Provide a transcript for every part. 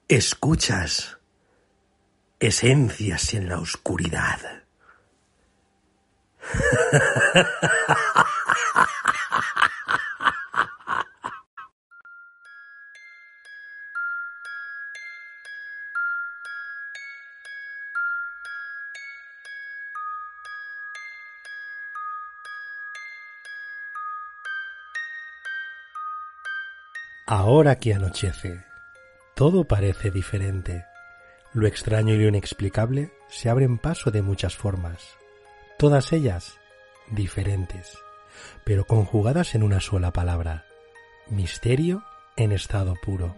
Escuchas Esencias en la Oscuridad. Ahora que anochece, todo parece diferente. Lo extraño y lo inexplicable se abren paso de muchas formas, todas ellas diferentes, pero conjugadas en una sola palabra: misterio en estado puro.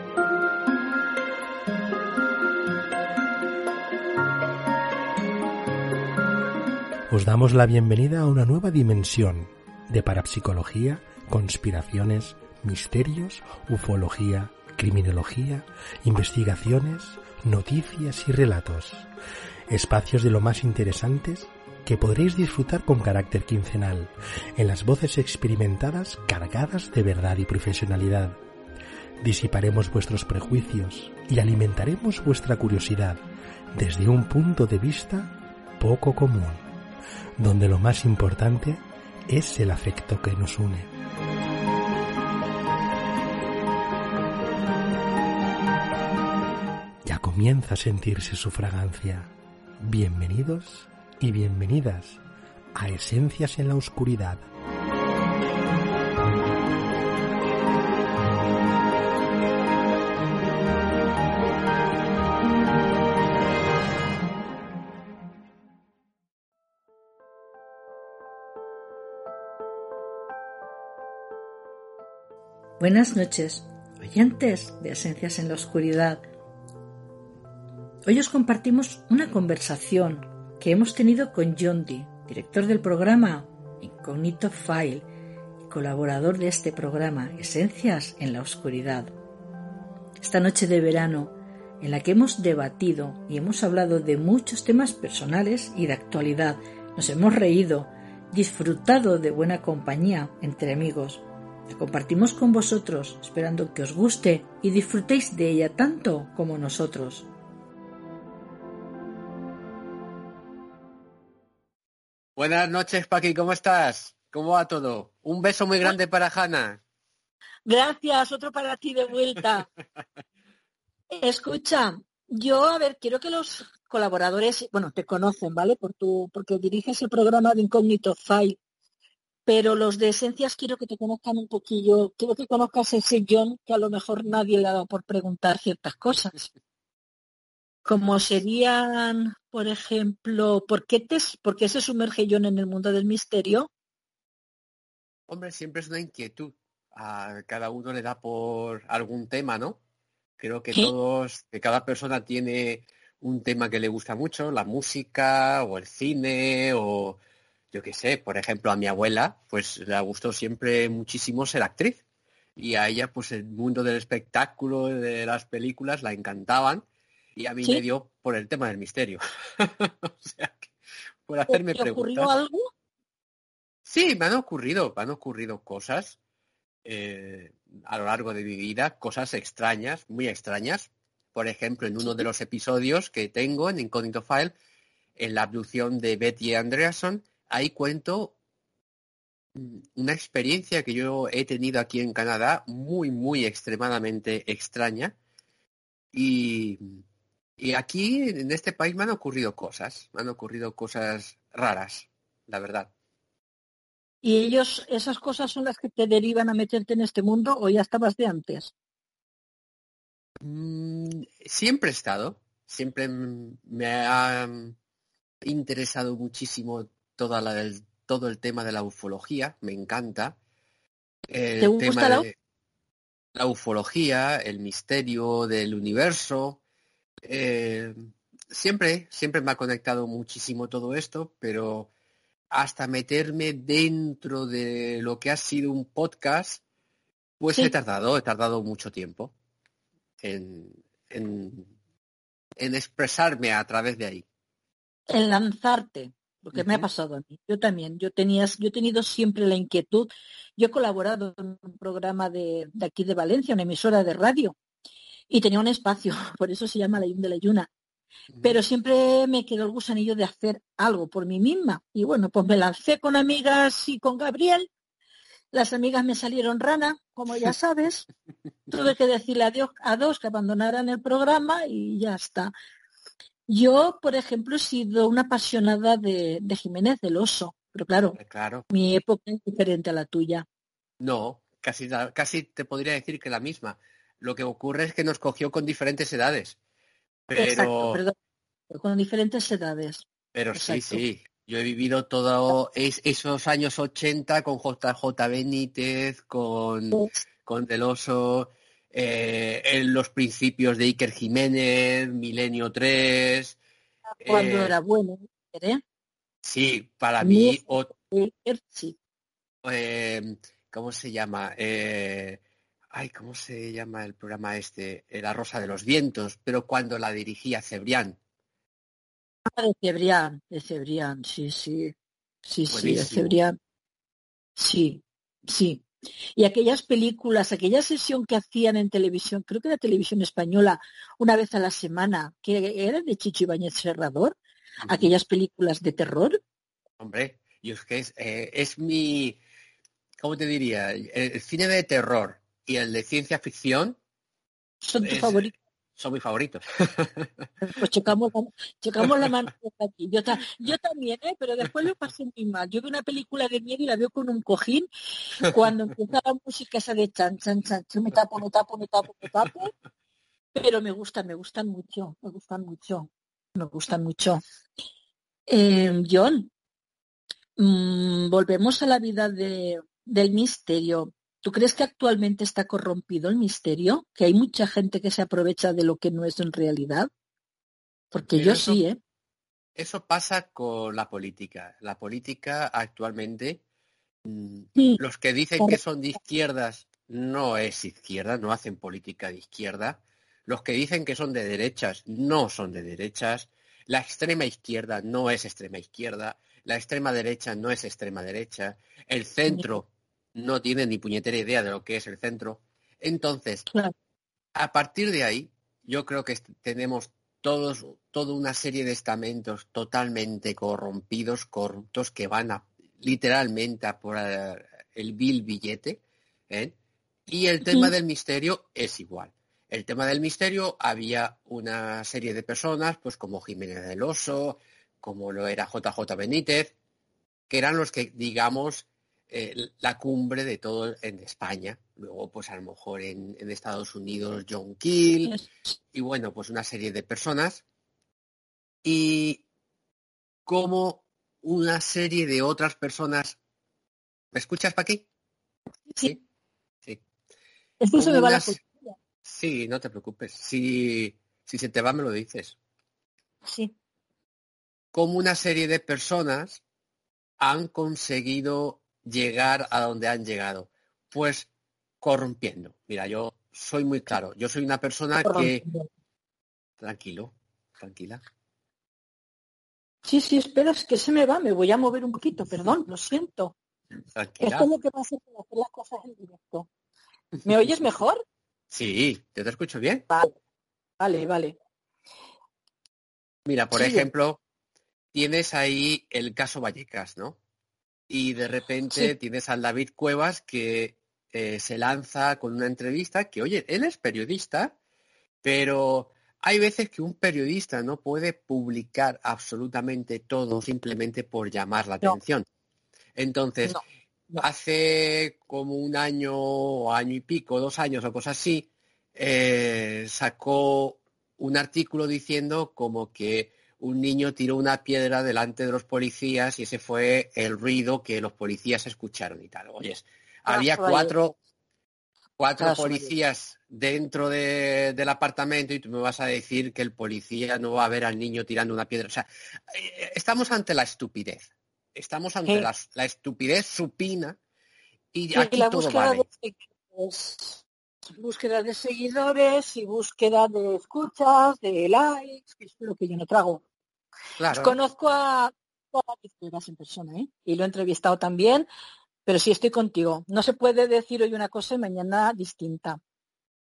Os damos la bienvenida a una nueva dimensión de parapsicología, conspiraciones, misterios, ufología, criminología, investigaciones, noticias y relatos. Espacios de lo más interesantes que podréis disfrutar con carácter quincenal, en las voces experimentadas cargadas de verdad y profesionalidad. Disiparemos vuestros prejuicios y alimentaremos vuestra curiosidad desde un punto de vista poco común, donde lo más importante es el afecto que nos une. Ya comienza a sentirse su fragancia. Bienvenidos y bienvenidas a Esencias en la Oscuridad. Buenas noches, oyentes de Esencias en la Oscuridad. Hoy os compartimos una conversación que hemos tenido con John Dee, director del programa Incognito File y colaborador de este programa Esencias en la Oscuridad. Esta noche de verano, en la que hemos debatido y hemos hablado de muchos temas personales y de actualidad, nos hemos reído, disfrutado de buena compañía entre amigos. La compartimos con vosotros, esperando que os guste y disfrutéis de ella tanto como nosotros. Buenas noches, Paqui, ¿cómo estás? ¿Cómo va todo? Un beso muy grande para Hanna. Gracias, otro para ti de vuelta. Escucha, quiero que los colaboradores, te conocen, ¿vale? Porque diriges el programa de Incógnito File, pero los de Esencias quiero que te conozcan un poquillo, quiero que conozcas ese John que a lo mejor nadie le ha dado por preguntar ciertas cosas. Como serían, por ejemplo, ¿por qué se sumerge John en el mundo del misterio? Hombre, siempre es una inquietud. A cada uno le da por algún tema, ¿no? Creo que que cada persona tiene un tema que le gusta mucho, la música o el cine o yo qué sé, por ejemplo, a mi abuela, pues le gustó siempre muchísimo ser actriz. Y a ella, pues el mundo del espectáculo, de las películas, la encantaban. Y a mí me dio por el tema del misterio. O sea, que por hacerme ¿Te ocurrió preguntas. algo? Sí, me han ocurrido cosas a lo largo de mi vida, cosas extrañas, muy extrañas. Por ejemplo, en uno de los episodios que tengo en Incognito File, en la abducción de Betty Andreasson, ahí cuento una experiencia que yo he tenido aquí en Canadá, muy, muy extremadamente extraña. Y aquí, en este país, me han ocurrido cosas raras, la verdad. ¿Y esas cosas son las que te derivan a meterte en este mundo o ya estabas de antes? Siempre he estado, siempre me ha interesado muchísimo todo el tema de la ufología, me encanta. ¿Te El tema gusta de la ufología, el misterio del universo. eh, siempre me ha conectado muchísimo todo esto, pero hasta meterme dentro de lo que ha sido un podcast, pues he tardado mucho tiempo en, en, en expresarme a través de ahí. en lanzarte? Porque me ha pasado a mí. Yo también. Yo he tenido siempre la inquietud. Yo he colaborado en un programa de aquí de Valencia, una emisora de radio. y tenía un espacio, por eso se llama La Yun de la Yuna. Pero siempre me quedó el gusanillo de hacer algo por mí misma. Y bueno, pues me lancé con amigas y con Gabriel. Las amigas me salieron rana, como ya sabes. Tuve que decirle adiós a dos que abandonaran el programa y ya está. Yo, por ejemplo, he sido una apasionada de Jiménez del Oso, pero claro, Claro. mi época es diferente a la tuya. No, casi te podría decir que la misma. Lo que ocurre es que nos cogió con diferentes edades. Exacto, Pero, perdón, con diferentes edades. pero sí, Exacto. sí. Yo he vivido todos esos años 80 con JJ Benítez, con Del Oso, en los principios de Iker Jiménez, Milenio 3. Cuando era bueno, ¿eh? Sí, para Muy mí, sí. ¿cómo se llama? ¿Cómo se llama el programa este? La Rosa de los Vientos, pero cuando la dirigía Cebrián. De Cebrián, sí, sí. Sí, sí, de Buenísimo. Cebrián. Sí, sí. Y aquellas películas, aquella sesión que hacían en televisión, creo que era televisión española, una vez a la semana, que era de Chicho Ibáñez Serrador, Ujú. aquellas películas de terror, Hombre, y es que es mi, ¿cómo te diría? El cine de terror y el de ciencia ficción son tus es, favoritos. son mis favoritos. Pues checamos la mano aquí. Yo también, ¿eh? Pero después lo pasé muy mal. Yo veo una película de miedo y la veo con un cojín. Cuando empieza la música esa de chan, chan, chan, chan, me tapo, me tapo, me tapo, me tapo. Pero me gustan mucho, me gustan mucho, me gustan mucho. John, volvemos a la vida del misterio. ¿Tú crees que actualmente está corrompido el misterio? ¿Que hay mucha gente que se aprovecha de lo que no es en realidad? Porque Pero yo sí, ¿eh? eso pasa con la política. La política actualmente, Sí, los que dicen que son de izquierdas no es izquierda, no hacen política de izquierda. Los que dicen que son de derechas no son de derechas. La extrema izquierda no es extrema izquierda. La extrema derecha no es extrema derecha. El centro no tiene ni puñetera idea de lo que es el centro. Entonces, claro. a partir de ahí, yo creo que tenemos toda una serie de estamentos totalmente corrompidos, corruptos, que van literalmente a por el vil billete, ¿eh? Y el tema del misterio es igual. El tema del misterio, había una serie de personas, pues como Jiménez del Oso, como lo era JJ Benítez, que eran los que, digamos, la cumbre de todo en España. Luego, pues a lo mejor en Estados Unidos, John Keel, y bueno, pues una serie de personas. Y como una serie de otras personas. ¿Me escuchas, Paqui? Sí, Sí, sí. es que se Como me va la unas. cosilla. Sí, no te preocupes. Si se te va, me lo dices. Sí. Como una serie de personas han conseguido llegar a donde han llegado. Pues corrompiendo. Mira, yo soy muy claro. Yo soy una persona que... Corrompido. Tranquilo, tranquila, Sí, sí, espera, es que se me va, me voy a mover un poquito, perdón, lo siento. Esto es tranquila. lo que pasa por hacer las cosas en directo. ¿Me oyes mejor? Sí, ¿yo te escucho bien? Vale, vale. Mira, por Sigue. ejemplo, tienes ahí el caso Vallecas, ¿no? Y de repente Sí, tienes al David Cuevas que se lanza con una entrevista que, oye, él es periodista, pero hay veces que un periodista no puede publicar absolutamente todo simplemente por llamar la no, atención. Entonces, no, no. hace como un año o año y pico, 2 años o cosas así, sacó un artículo diciendo como que un niño tiró una piedra delante de los policías y ese fue el ruido que los policías escucharon y tal. Oyes, había Caso Vallecas, cuatro caso Vallecas. policías dentro del apartamento y tú me vas a decir que el policía no va a ver al niño tirando una piedra. O sea, estamos ante la estupidez. Estamos ante Sí, la estupidez supina y sí, aquí la todo búsqueda de vale. seguidores, búsqueda de seguidores y búsqueda de escuchas, de likes, que es lo que yo no trago. Claro, Conozco a David Cuevas en persona, ¿eh? Y lo he entrevistado también, pero sí estoy contigo. No se puede decir hoy una cosa y mañana distinta.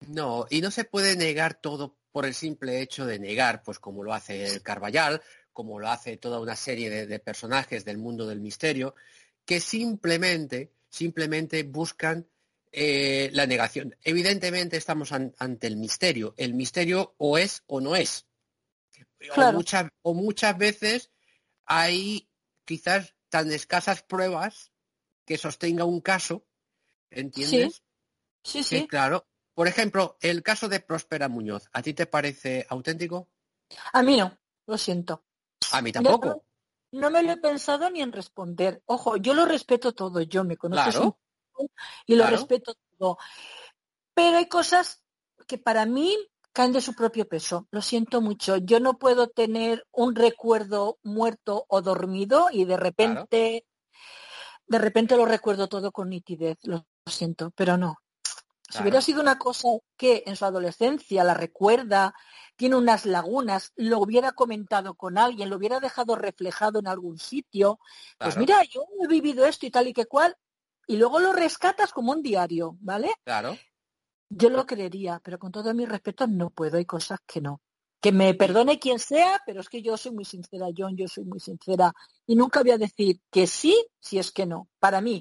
No, y no se puede negar todo por el simple hecho de negar, pues como lo hace el Carballal, como lo hace toda una serie de personajes del mundo del misterio, que simplemente buscan la negación. Evidentemente estamos ante el misterio. El misterio o es o no es. Claro, O muchas veces hay quizás tan escasas pruebas que sostenga un caso, sí, ¿entiendes? sí, Que sí. claro, por ejemplo, el caso de Próspera Muñoz, ¿a ti te parece auténtico? A mí no, lo siento. A mí No, tampoco. no me lo he pensado ni en responder. Ojo, yo lo respeto todo, yo me conoces un Claro, poco y lo claro, respeto todo. Pero hay cosas que para mí caen de su propio peso. Lo siento mucho. Yo no puedo tener un recuerdo muerto o dormido y claro, de repente lo recuerdo todo con nitidez. Lo siento, pero no. Si hubiera claro, sido una cosa que en su adolescencia la recuerda, tiene unas lagunas, lo hubiera comentado con alguien, lo hubiera dejado reflejado en algún sitio, pues claro, mira, yo he vivido esto y tal y que cual, y luego lo rescatas como un diario, ¿vale? claro. Yo lo creería, pero con todo mi respeto no puedo, hay cosas que no. Que me Y perdone quien sea, pero es que yo soy muy sincera, John, yo soy muy sincera. Y nunca voy a decir que sí si es que no.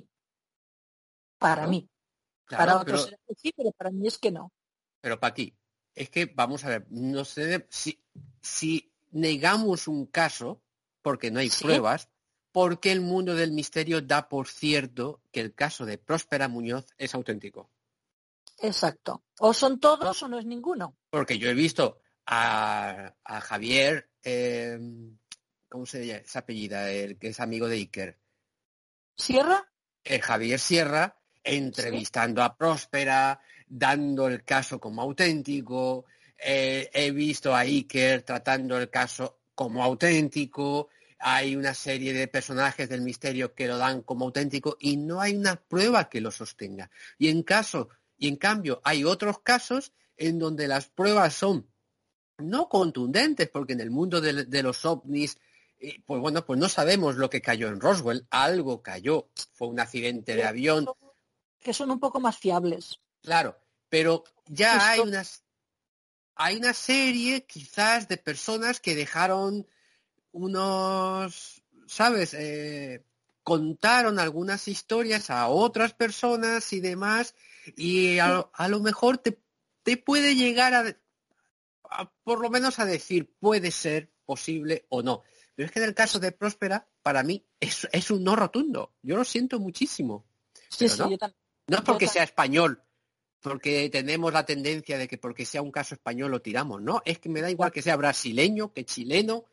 Para claro, mí. Para claro, otros será que sí, pero para mí es que no. pero Paqui, es que vamos a ver, no sé si negamos un caso porque no hay Sí, pruebas, ¿por qué el mundo del misterio da por cierto que el caso de Próspera Muñoz es auténtico? exacto. O son todos o no es ninguno. Porque yo he visto a Javier, ¿cómo se llama esa apellida? El que es amigo de Iker. ¿Sierra? Javier Sierra Sí. entrevistando a Próspera, dando el caso como auténtico. He visto a Iker tratando el caso como auténtico. Hay una serie de personajes del misterio que lo dan como auténtico y no hay una prueba que lo sostenga. Y en cambio, hay otros casos en donde las pruebas son no contundentes, porque en el mundo de los ovnis, pues bueno, pues no sabemos lo que cayó en Roswell, algo cayó, fue un accidente de avión, Que son un poco más fiables. claro, pero ya Visto, hay una serie quizás de personas que dejaron ¿sabes? Contaron algunas historias a otras personas y demás, y a lo mejor te puede llegar por lo menos a decir puede ser posible o no. Pero es que en el caso de Próspera, para mí es un no rotundo. Yo lo siento muchísimo. sí, Pero sí, no. yo también. No es Yo porque también. sea español, porque tenemos la tendencia de que porque sea un caso español lo tiramos. No, es que me da igual que sea brasileño, que chileno,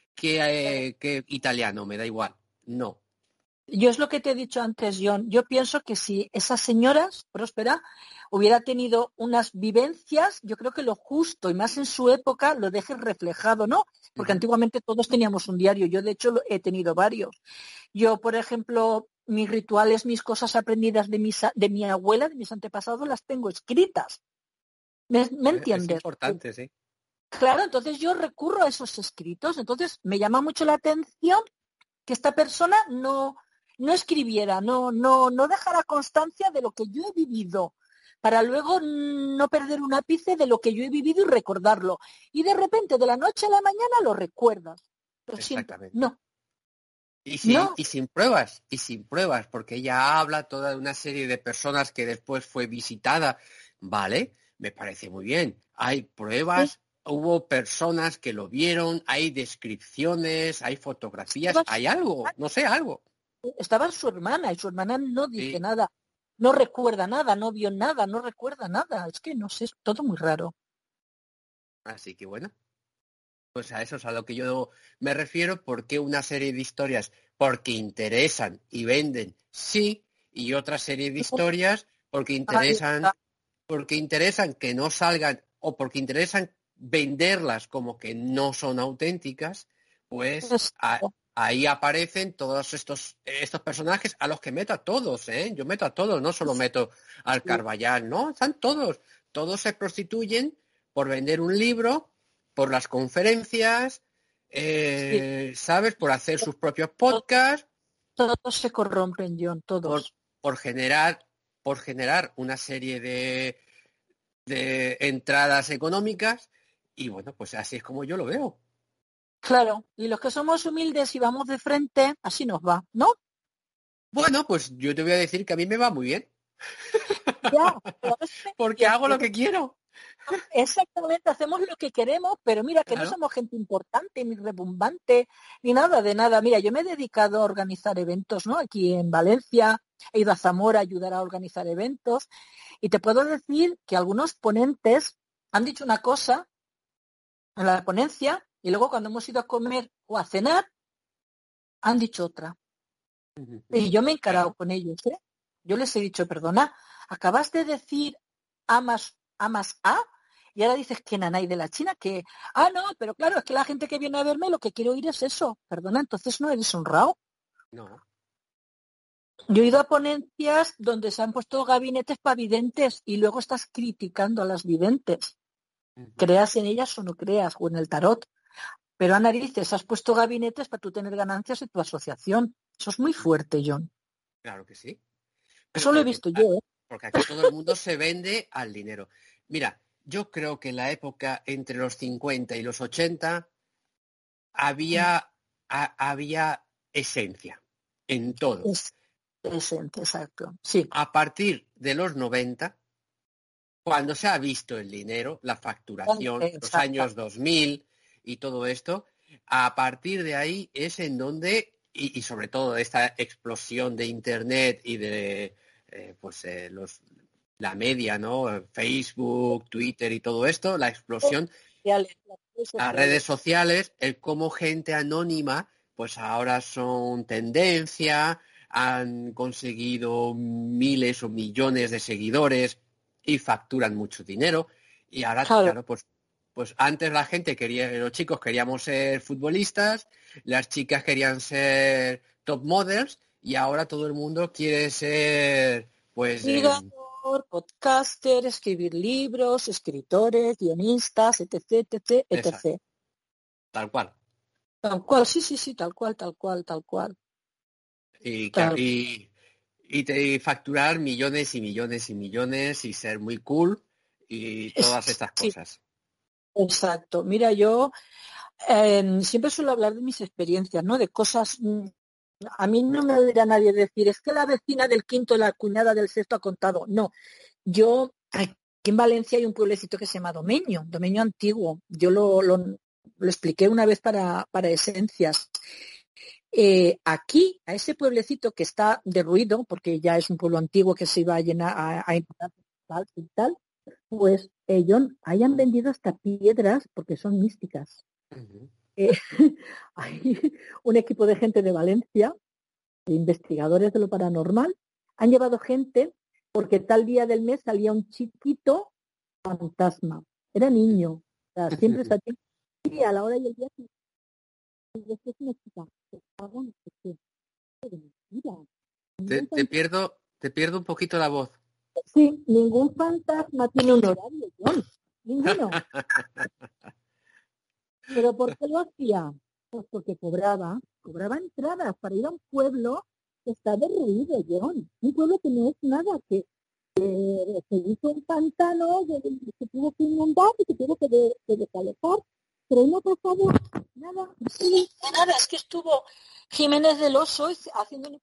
que italiano, me da igual. No. Yo es lo que te he dicho antes, John. Yo pienso que si esas señoras, Próspera, hubiera tenido unas vivencias, yo creo que lo justo, y más en su época, lo deje reflejado, ¿no? Porque Ujú. antiguamente todos teníamos un diario. Yo, de hecho, he tenido varios. Yo, por ejemplo, mis rituales, mis cosas aprendidas de mi abuela, de mis antepasados, las tengo escritas. ¿Me Es entiendes? importante, sí. Claro, entonces yo recurro a esos escritos. Entonces me llama mucho la atención que esta persona no escribiera, no dejara constancia de lo que yo he vivido, para luego no perder un ápice de lo que yo he vivido y recordarlo. Y de repente, de la noche a la mañana, lo recuerdas. Lo siento. Exactamente. No, no. Y sin pruebas, porque ella habla toda de una serie de personas que después fue visitada, ¿vale? Me parece muy bien. Hay Sí, pruebas, hubo personas que lo vieron, hay descripciones, hay fotografías, estaba, hay algo, no sé, algo. estaba su hermana y su hermana no dice Sí, nada, no recuerda nada, no vio nada, no recuerda nada. Es que no sé, es todo muy raro. así que bueno, pues a eso es a lo que yo me refiero, porque una serie de historias, porque interesan y venden, sí, y otra serie de historias Ahí está. porque interesan que no salgan o porque interesan venderlas como que no son auténticas, pues ahí aparecen todos estos personajes a los que meto a todos, ¿eh? Yo meto a todos, no solo meto al Carballal, ¿no? Están todos. Todos se prostituyen por vender un libro, por las conferencias, Sí, ¿sabes? Por hacer sus propios podcasts, todos se corrompen, John, por, todos. por generar una serie de entradas económicas y bueno, pues así es como yo lo veo. Claro, y los que somos humildes y vamos de frente, así nos va, ¿no? Bueno, pues yo te voy a decir que a mí me va muy bien, Ya, pero a veces porque hago lo que quiero. exactamente, hacemos lo que queremos, pero mira que no Claro. somos gente importante, ni rebumbante, ni nada de nada. Mira, yo me he dedicado a organizar eventos, ¿no? Aquí en Valencia, he ido a Zamora a ayudar a organizar eventos, y te puedo decir que algunos ponentes han dicho una cosa en la ponencia, y luego cuando hemos ido a comer o a cenar, han dicho otra. Y yo me he encarado Claro. con ellos, ¿eh? Yo les he dicho, perdona, acabas de decir amas a, y ahora dices que nanay de la China, que, no, pero claro, es que la gente que viene a verme lo que quiere oír es eso. Perdona, entonces no eres honrado. No. Yo he ido a ponencias donde se han puesto gabinetes para videntes y luego estás criticando a las videntes. Creas en ellas o no creas, o en el tarot. Pero a narices has puesto gabinetes para tú tener ganancias en tu asociación. Eso es muy fuerte, John. Claro que sí. Pero Eso lo he visto yo, ¿eh? porque aquí todo el mundo se vende al dinero. Mira, yo creo que en la época entre los 50 y los 80 había esencia en todo. Es exacto. Sí. A partir de los 90, cuando se ha visto el dinero, la facturación, los Exacto. años 2000 y todo esto, a partir de ahí es en donde, y sobre todo esta explosión de Internet y de la media, ¿no? Facebook, Twitter y todo esto, la explosión, las redes sociales, el cómo gente anónima, pues ahora son tendencia, han conseguido miles o millones de seguidores y facturan mucho dinero. Y ahora, Claro. claro, pues antes la gente quería, los chicos queríamos ser futbolistas, las chicas querían ser top models y ahora todo el mundo quiere ser, pues, Investigador, podcaster, escribir libros, escritores, guionistas, etc, etc, esa, etc. tal cual. Tal cual, sí, tal cual, tal cual, tal cual. Y, Tal. y facturar millones y millones y millones y ser muy cool y todas estas Sí, cosas. exacto. Mira, yo siempre suelo hablar de mis experiencias, ¿no? De cosas. A mí no me oirá nadie decir, es que la vecina del quinto, la cuñada del sexto ha contado. No, yo, aquí en Valencia hay un pueblecito que se llama Domeño, Domeño Antiguo. Yo lo expliqué una vez para Esencias. Aquí, a ese pueblecito que está derruido, porque ya es un pueblo antiguo que se iba a llenar, a inundar y tal, pues ellos hayan vendido hasta piedras porque son místicas. Uh-huh. Hay un equipo de gente de Valencia, de investigadores de lo paranormal, han llevado gente porque tal día del mes salía un chiquito fantasma. Era niño, o sea, siempre salía a la hora y el día. Es una chica, Te pierdo un poquito la voz. Sí, ningún fantasma tiene un horario, John. Ninguno. ¿Pero por qué lo hacía? Pues porque cobraba entradas para ir a un pueblo que está derruido, John. Un pueblo que no es nada, que se hizo un pantano, se tuvo que inundar y se tuvo que desalojar. Pero no ha pasado nada. Nada, es que estuvo Jiménez del Oso haciendo...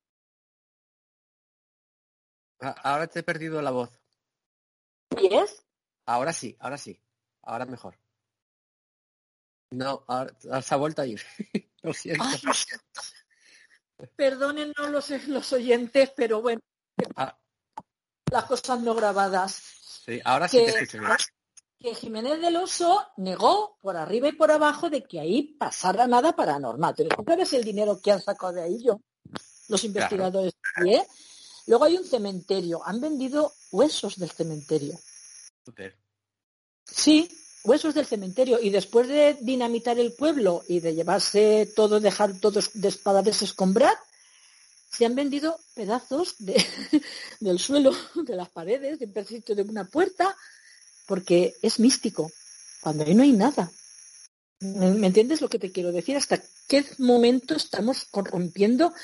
Ahora te he perdido la voz. ¿Yes? Ahora sí, ahora mejor. No, ahora se ha vuelto a ir. Lo siento. Ay, lo siento. Perdónennos los oyentes, pero bueno, las cosas no grabadas. Sí, ahora sí te escucho bien. Que Jiménez del Oso negó por arriba y por abajo de que ahí pasara nada paranormal. Pero tú sabes el dinero que han sacado de ahí los investigadores. Claro. Luego hay un cementerio. Han vendido huesos del cementerio. Super. Sí, huesos del cementerio. Y después de dinamitar el pueblo y de llevarse todo, dejar todos para desescombrar, se han vendido pedazos del suelo, de las paredes, de un pedacito de una puerta, porque es místico, cuando ahí no hay nada. ¿Me entiendes lo que te quiero decir? ¿Hasta qué momento estamos corrompiendo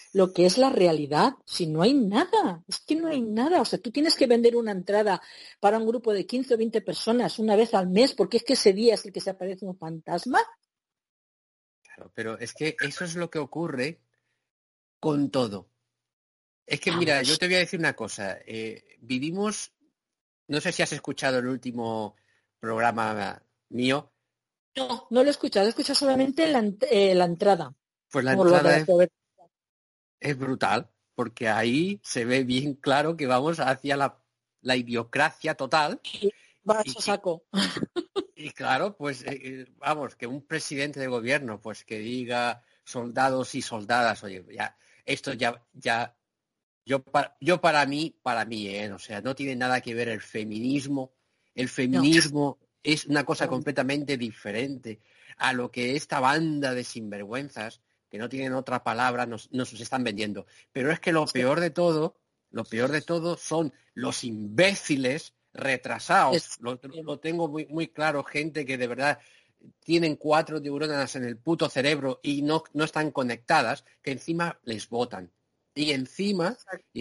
lo que es la realidad. Si no hay nada, es que no hay nada. O sea, tú tienes que vender una entrada para un grupo de 15 o 20 personas una vez al mes, porque es que ese día es el que se aparece un fantasma. Claro, pero es que eso es lo que ocurre con todo. Es que mira, yo te voy a decir una cosa. Vivimos, no sé si has escuchado el último programa mío. No, no lo he escuchado solamente la entrada. Pues la Como lo de entrada la pobreza. es brutal, porque ahí se ve bien claro que vamos hacia la idiocracia total. Va, Y, eso saco. y claro, pues vamos, que un presidente de gobierno, pues que diga soldados y soldadas, oye, ya, esto ya, yo para mí, o sea, no tiene nada que ver el feminismo. El No. feminismo es una cosa No. completamente diferente a lo que esta banda de sinvergüenzas, que no tienen otra palabra, nos están vendiendo. Pero es que lo peor de todo son los imbéciles retrasados. Lo tengo muy, muy claro, gente que de verdad tienen 4 neuronas en el puto cerebro y no están conectadas, que encima les votan. Y encima,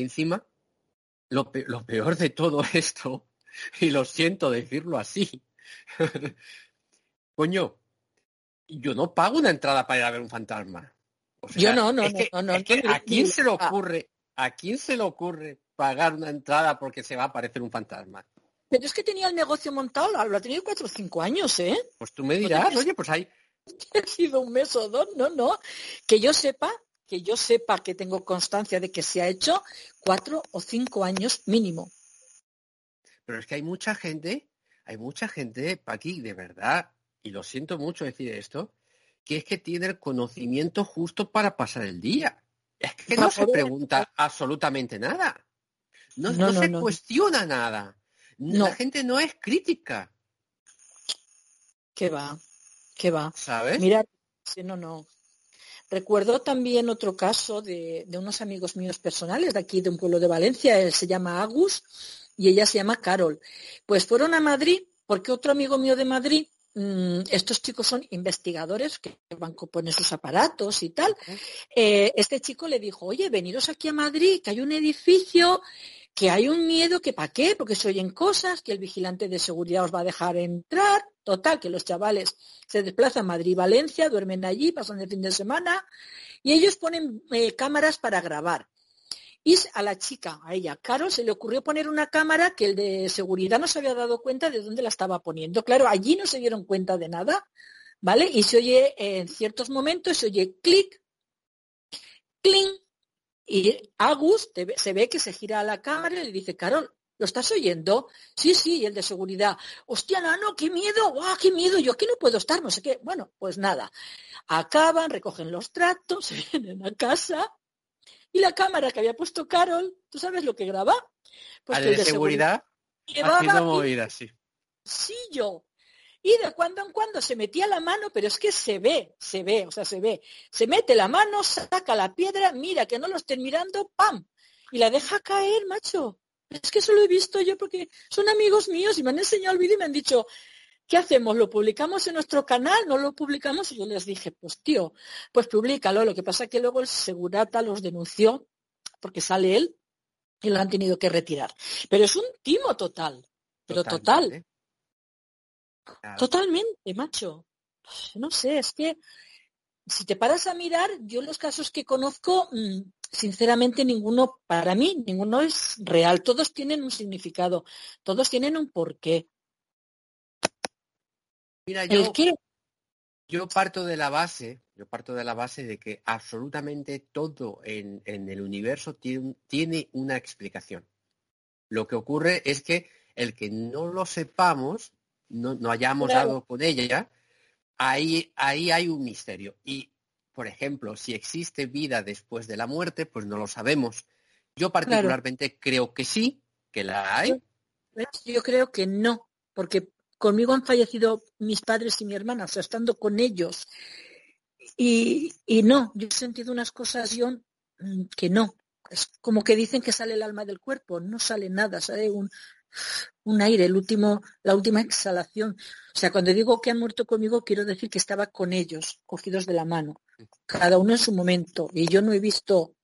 lo peor de todo esto, y lo siento decirlo así, coño, yo no pago una entrada para ir a ver un fantasma. O Yo sea, no, es que ¿a quién se le ocurre pagar una entrada porque se va a aparecer un fantasma? Pero es que tenía el negocio montado, lo ha tenido 4 o 5 años, ¿eh? Pues tú me No dirás, oye, pues hay... ha sido un mes o dos, no. Que yo sepa que tengo constancia de que se ha hecho 4 o 5 años mínimo. Pero es que hay mucha gente, Paqui, de verdad, y lo siento mucho decir esto, que es que tiene el conocimiento justo para pasar el día. Es que no se pregunta absolutamente nada. No se cuestiona nada. La gente no es crítica. ¿Qué va? ¿Sabes? Mira, sí, no. Recuerdo también otro caso de unos amigos míos personales de aquí, de un pueblo de Valencia. Él se llama Agus y ella se llama Carol. Pues fueron a Madrid porque otro amigo mío de Madrid, estos chicos son investigadores que van a poner sus aparatos y tal. Este chico le dijo, oye, veniros aquí a Madrid, que hay un edificio, que hay un miedo, que para qué, porque se oyen cosas, que el vigilante de seguridad os va a dejar entrar. Total, que los chavales se desplazan a Madrid y Valencia, duermen allí, pasan el fin de semana y ellos ponen cámaras para grabar. Y a la chica, a ella, Carol, se le ocurrió poner una cámara que el de seguridad no se había dado cuenta de dónde la estaba poniendo. Claro, allí no se dieron cuenta de nada, ¿vale? Y se oye, en ciertos momentos, se oye clic, clink, y Agus se ve que se gira a la cámara y le dice, Carol, ¿lo estás oyendo? Sí, y el de seguridad, hostia, no, qué miedo, ¡guau, qué miedo! Yo aquí no puedo estar, no sé qué. Bueno, pues nada, acaban, recogen los trastos, se vienen a casa y la cámara que había puesto Carol, ¿tú sabes lo que graba? Pues al que el de de seguridad haciendo llevaba movidas, sí. sillo. Y de cuando en cuando se metía la mano, pero es que se ve. Se mete la mano, saca la piedra, mira que no lo estén mirando, ¡pam! Y la deja caer, macho. Es que eso lo he visto yo porque son amigos míos y me han enseñado el vídeo y me han dicho, ¿qué hacemos? ¿Lo publicamos en nuestro canal? ¿No lo publicamos? Y yo les dije, pues tío, pues públicalo. Lo que pasa es que luego el segurata los denunció porque sale él y lo han tenido que retirar. Pero es un timo total, pero total. Claro. Totalmente, macho. No sé, es que si te paras a mirar, yo los casos que conozco, sinceramente ninguno, para mí, ninguno es real. Todos tienen un significado, todos tienen un porqué. Mira, yo parto de la base de que absolutamente todo en el universo tiene una explicación. Lo que ocurre es que el que no lo sepamos, no hayamos dado con ella, ahí hay un misterio. Y, por ejemplo, si existe vida después de la muerte, pues no lo sabemos. Yo particularmente creo que sí, que la hay. Yo creo que no, porque conmigo han fallecido mis padres y mi hermana, o sea, estando con ellos. Y no, yo he sentido unas cosas, John, que no. Es como que dicen que sale el alma del cuerpo, no sale nada, sale un aire, la última exhalación. O sea, cuando digo que han muerto conmigo, quiero decir que estaba con ellos, cogidos de la mano, cada uno en su momento. Y yo no he visto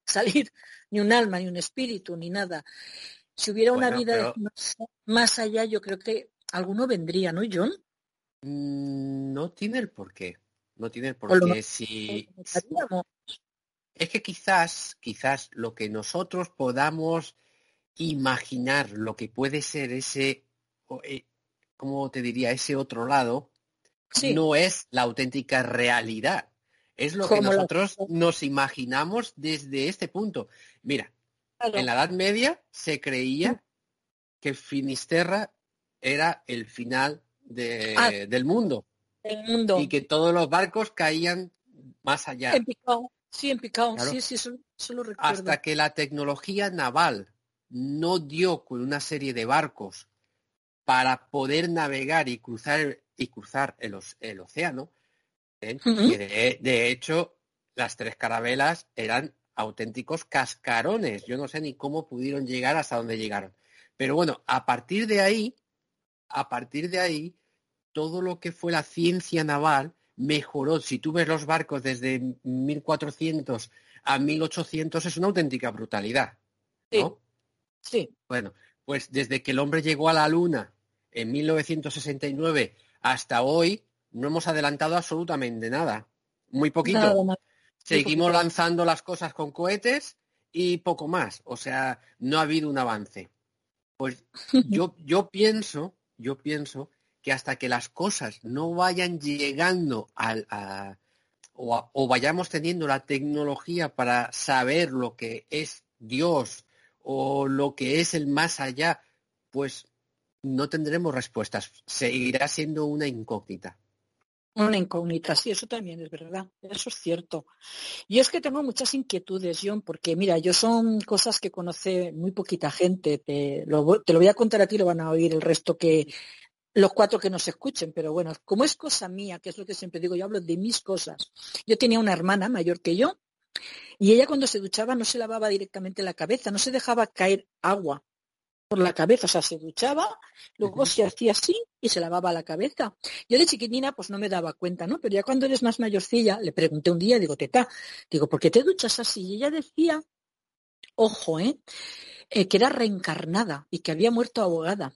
salir ni un alma, ni un espíritu, ni nada. Si hubiera una Bueno, vida pero más allá, yo creo que alguno vendría, ¿no, John? no tiene el porqué. No tiene el O lo porqué. mejor Si estaríamos. es que quizás lo que nosotros podamos imaginar lo que puede ser ese, ¿cómo te diría? Ese otro lado, Sí, no es la auténtica realidad. Es lo que como la... nosotros nos imaginamos desde este punto. Mira, en Claro, la Edad Media se creía que Finisterra era el final ah, del mundo el y mundo. que todos los barcos caían más En allá. picado, sí, en picado, Claro, sí, sí, eso lo recuerdo. hasta que la tecnología naval no dio con una serie de barcos para poder navegar y cruzar el océano, ¿eh? Ujú. Que de hecho las tres carabelas eran auténticos cascarones. Yo no sé ni cómo pudieron llegar hasta donde llegaron. Pero bueno, a partir de ahí, todo lo que fue la ciencia naval mejoró. Si tú ves los barcos desde 1400 a 1800 es una auténtica brutalidad, Sí, ¿no? sí, Bueno, pues desde que el hombre llegó a la Luna en 1969 hasta hoy, no hemos adelantado absolutamente nada. Muy nada poquito. más, muy Seguimos poquito. lanzando las cosas con cohetes y poco más. O sea, no ha habido un avance. Pues yo pienso que hasta que las cosas no vayan llegando o vayamos teniendo la tecnología para saber lo que es Dios o lo que es el más allá, pues no tendremos respuestas. Seguirá siendo una incógnita. Una incógnita, sí, eso también es verdad, eso es cierto. Y es que tengo muchas inquietudes, John, porque mira, yo son cosas que conoce muy poquita gente. Te lo voy a contar a ti, lo van a oír el resto que los cuatro que nos escuchen, pero bueno, como es cosa mía, que es lo que siempre digo, yo hablo de mis cosas. Yo tenía una hermana mayor que yo y ella cuando se duchaba no se lavaba directamente la cabeza, no se dejaba caer agua por la cabeza, o sea, se duchaba, luego Ujú. se hacía así y se lavaba la cabeza. Yo de chiquitina pues no me daba cuenta, ¿no? Pero ya cuando eres más mayorcilla, le pregunté un día, digo, teta, digo, ¿por qué te duchas así? Y ella decía, ojo, que era reencarnada y que había muerto ahogada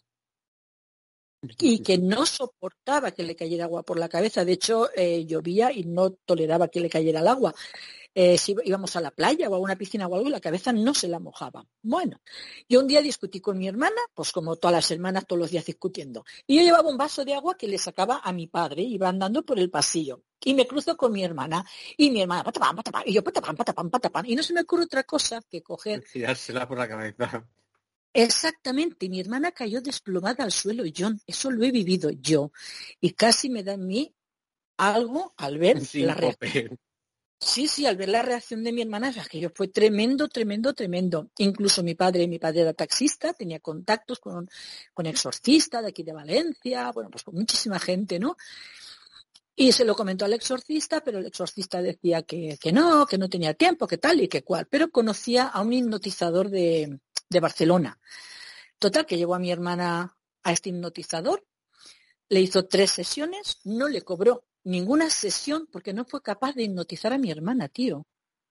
y que no soportaba que le cayera agua por la cabeza. De hecho, llovía y no toleraba que le cayera el agua. Si íbamos a la playa o a una piscina o algo, la cabeza no se la mojaba. Bueno, yo un día discutí con mi hermana, pues como todas las hermanas, todos los días discutiendo. Y yo llevaba un vaso de agua que le sacaba a mi padre, iba andando por el pasillo. Y me cruzo con mi hermana. Y mi hermana, patapam, patapam, y yo, patapam, patapam, patapam. Y no se me ocurre otra cosa que coger. Tirársela por la cabeza. Exactamente, mi hermana cayó desplomada al suelo, John. Eso lo he vivido yo. Y casi me da a mí algo al ver Un la reacción. síncope. Sí, sí, al ver la reacción de mi hermana, aquello fue tremendo, tremendo, tremendo. Incluso mi padre era taxista, tenía contactos con exorcistas de aquí de Valencia, bueno, pues con muchísima gente, ¿no? Y se lo comentó al exorcista, pero el exorcista decía que no tenía tiempo, que tal y que cual, pero conocía a un hipnotizador de Barcelona. Total, que llevó a mi hermana a este hipnotizador, le hizo 3 sesiones, no le cobró ninguna sesión porque no fue capaz de hipnotizar a mi hermana, tío.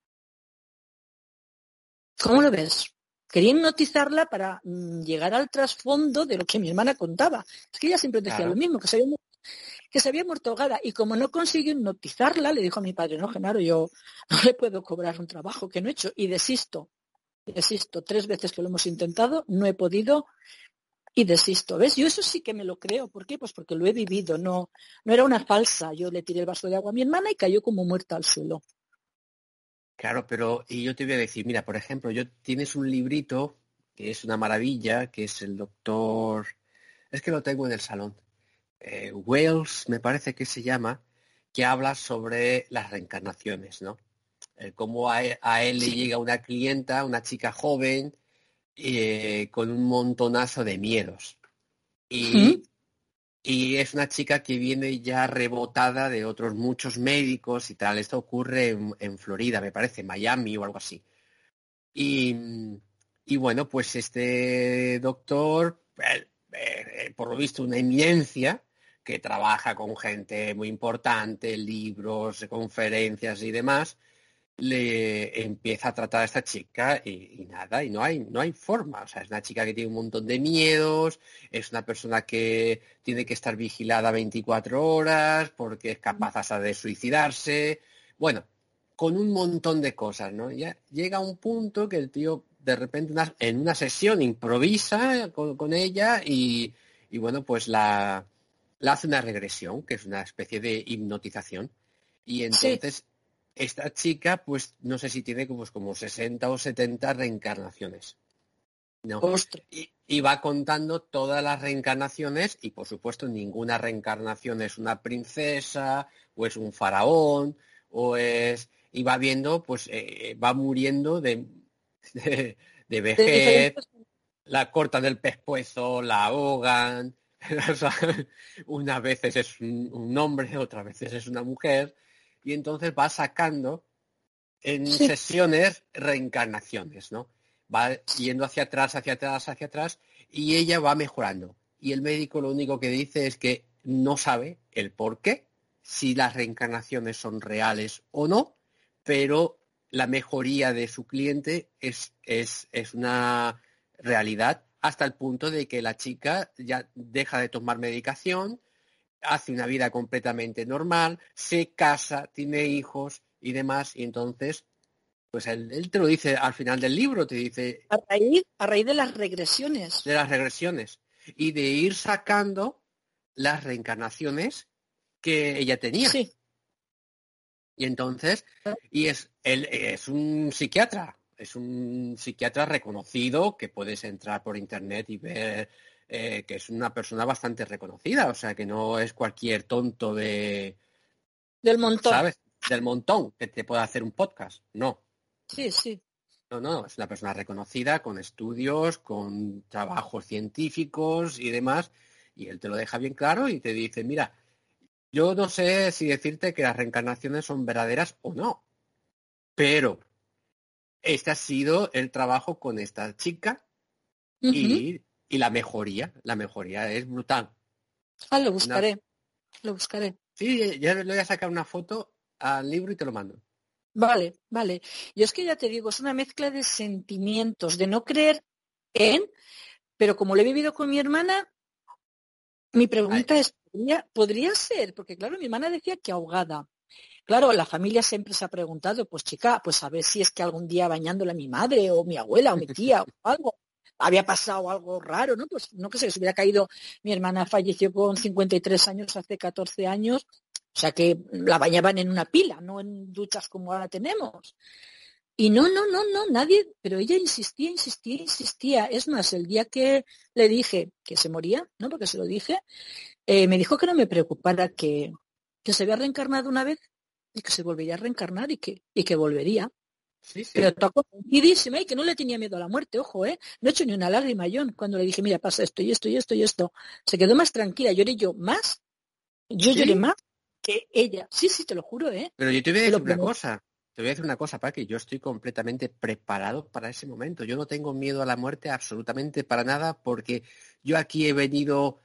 ¿Cómo lo ves? Quería hipnotizarla para llegar al trasfondo de lo que mi hermana contaba. Es que ella siempre decía lo Claro. mismo, que se había muerto ahogada. Y como no consiguió hipnotizarla, le dijo a mi padre, no, Genaro, yo no le puedo cobrar un trabajo que no he hecho. Y desisto. 3 veces que lo hemos intentado, no he podido y desisto. ¿Ves? Yo eso sí que me lo creo. ¿Por qué? Pues porque lo he vivido. No, no era una falsa. Yo le tiré el vaso de agua a mi hermana y cayó como muerta al suelo. Claro, pero y yo te voy a decir, mira, por ejemplo, tienes un librito que es una maravilla, que es el doctor, es que lo tengo en el salón, Wells, me parece que se llama, que habla sobre las reencarnaciones, ¿no? Cómo a él le Sí. llega una clienta, una chica joven, con un montonazo de miedos. Ujú. Y es una chica que viene ya rebotada de otros muchos médicos y tal. Esto ocurre en Florida, me parece, Miami o algo así. Y, y bueno, pues este doctor, por lo visto, una eminencia, que trabaja con gente muy importante, libros, conferencias y demás, le empieza a tratar a esta chica y nada, y no hay forma. O sea, es una chica que tiene un montón de miedos, es una persona que tiene que estar vigilada 24 horas porque es capaz hasta de suicidarse. Bueno, con un montón de cosas, ¿no? Ya llega un punto que el tío de repente en una sesión improvisa con ella y bueno, pues la hace una regresión, que es una especie de hipnotización. Y Sí, entonces esta chica, pues no sé si tiene como 60 o 70 reencarnaciones, ¿no? ostras. Y va contando todas las reencarnaciones y por supuesto ninguna reencarnación es una princesa o es un faraón o es... Y va viendo, pues va muriendo de, de De vejez, diferentes. la cortan del pescuezo, la ahogan, o sea, unas veces es un hombre, otras veces es una mujer, y entonces va sacando en Sí, sesiones reencarnaciones, ¿no? Va yendo hacia atrás, hacia atrás, hacia atrás, y ella va mejorando. Y el médico lo único que dice es que no sabe el por qué, si las reencarnaciones son reales o no, pero la mejoría de su cliente es una realidad hasta el punto de que la chica ya deja de tomar medicación, hace una vida completamente normal, se casa, tiene hijos y demás, y entonces, pues él te lo dice al final del libro, te dice a raíz de las regresiones. de las regresiones y de ir sacando las reencarnaciones que ella tenía. Sí, Y entonces, él es un psiquiatra reconocido que puedes entrar por internet y ver que es una persona bastante reconocida, o sea que no es cualquier tonto del montón. ¿sabes? Del montón que te pueda hacer un podcast. No, Sí, sí. no, es una persona reconocida con estudios, con trabajos científicos y demás, y él te lo deja bien claro y te dice, mira, yo no sé si decirte que las reencarnaciones son verdaderas o no, pero este ha sido el trabajo con esta chica Ujú. y la mejoría es brutal. Ah, lo Una, buscaré, lo buscaré. sí, ya le voy a sacar una foto al libro y te lo mando. Vale, vale. Yo es que ya te digo, es una mezcla de sentimientos, de no creer en, pero como lo he vivido con mi hermana, mi Ay, pregunta es, ¿podría ser? Porque claro, mi hermana decía que ahogada. Claro, la familia siempre se ha preguntado, pues chica, pues a ver si es que algún día bañándola mi madre o mi abuela o mi tía o algo, había pasado algo raro, ¿no? Pues no que sé, se hubiera caído, mi hermana falleció con 53 años, hace 14 años, o sea que la bañaban en una pila, no en duchas como ahora tenemos. Y no, no, no, no, nadie, pero ella insistía, insistía, insistía. Es más, el día que le dije que se moría, ¿no? Porque se lo dije, me dijo que no me preocupara, que se había reencarnado una vez y que se volvería a reencarnar y que volvería. sí, Pero sí. tocó coincidísima y que no le tenía miedo a la muerte, ojo, ¿eh? No he hecho ni una lágrima yo cuando le dije, mira, pasa esto y esto y esto y esto. Se quedó más tranquila, lloré yo más, yo lloré ¿Sí? más que ella. Sí, sí, te lo juro, ¿eh? Pero yo te voy a Te decir lo una prometo. cosa. Te voy a decir una cosa, que yo estoy completamente preparado para ese momento. Yo no tengo miedo a la muerte absolutamente para nada porque yo aquí he venido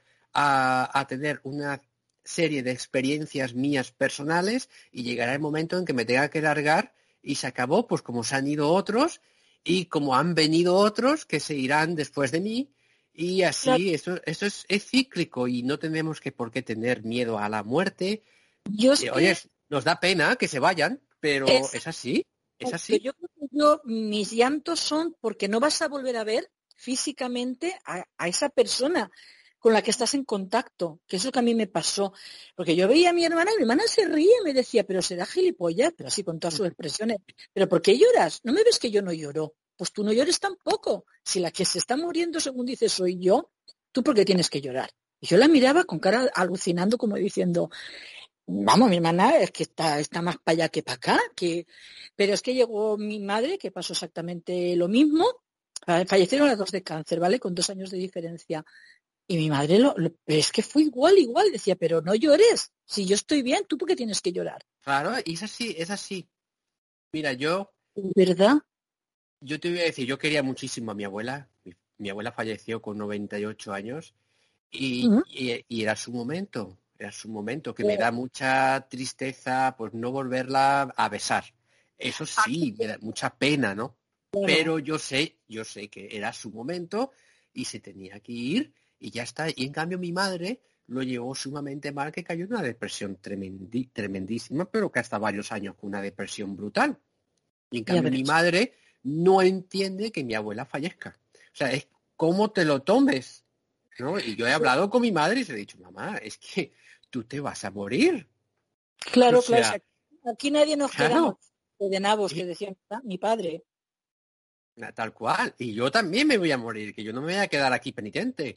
a tener una serie de experiencias mías personales y llegará el momento en que me tenga que largar y se acabó, pues como se han ido otros y como han venido otros que se irán después de mí y Claro, así, eso es cíclico y no tenemos que por qué tener miedo a la muerte. yo es Oye, que nos da pena que se vayan, pero es es así, es Exacto, así. yo creo que yo, mis llantos son porque no vas a volver a ver físicamente a esa persona con la que estás en contacto, que es lo que a mí me pasó. Porque yo veía a mi hermana y mi hermana se ríe y me decía, pero será gilipollas, pero así con todas sus expresiones. ¿Pero por qué lloras? ¿No me ves que yo no lloro? Pues tú no llores tampoco. Si la que se está muriendo, según dices, soy yo, ¿tú por qué tienes que llorar? Y yo la miraba con cara alucinando, como diciendo, vamos, mi hermana es que está más para allá que para acá, pero es que llegó mi madre, que pasó exactamente lo mismo. Fallecieron las dos de cáncer, ¿vale? Con 2 años de diferencia. Y mi madre es que fue igual, igual. Decía, pero no llores. Si yo estoy bien, ¿tú por qué tienes que llorar? Claro, y es así, es así. Mira, ¿Verdad? yo te voy a decir, yo quería muchísimo a mi abuela. Mi abuela falleció con 98 años Ujú. y era su momento, que me da mucha tristeza pues no volverla a besar. Eso sí, me da mucha pena, ¿no? Claro. Pero yo sé que era su momento y se tenía que ir y ya está. Y en cambio mi madre lo llevó sumamente mal, que cayó en una depresión tremendísima, pero que hasta varios años con una depresión brutal. Y en Ya cambio mi verás. madre no entiende que mi abuela fallezca. O sea, es cómo te lo tomes, ¿no? Y yo he hablado con mi madre y se le he dicho, mamá, es que tú te vas a morir. O Claro, claro. sea, Aquí nadie nos quedamos claro, de nabos, que y- decía mi padre. tal cual. Y yo también me voy a morir, que yo no me voy a quedar aquí penitente.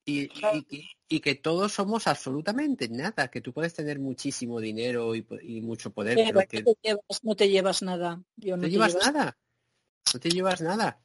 Y que todos somos absolutamente nada, que tú puedes tener muchísimo dinero y mucho poder, Pero pero no que no te llevas, no te llevas nada. Yo te no te llevas llevas nada, no te llevas nada.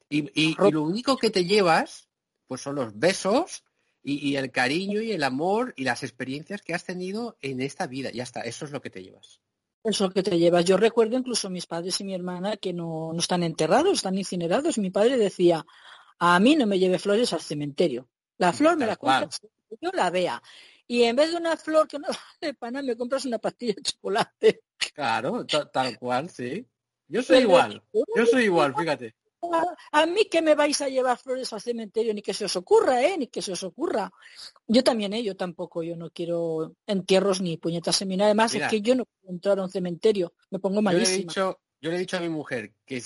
Y ropa. lo único que te llevas, pues son los besos y el cariño y el amor y las experiencias que has tenido en esta vida. Ya está, eso es lo que te llevas. Eso que te llevas. Yo recuerdo incluso a mis padres y mi hermana que no están enterrados, están incinerados. Mi padre decía, a mí no me lleve flores al cementerio. La flor me Tal la cual. compras que yo la vea. Y en vez de una flor que no vale para nada, me compras una pastilla de chocolate. Claro, tal cual, sí. Pero Yo soy igual, fíjate. a mí que me vais a llevar flores al cementerio, ni que se os ocurra, ni que se os ocurra. Yo también, yo tampoco, yo no quiero entierros ni puñetas en mí. Además, es Mira, que yo no puedo entrar a un cementerio, me pongo malísima. yo le he dicho a mi mujer que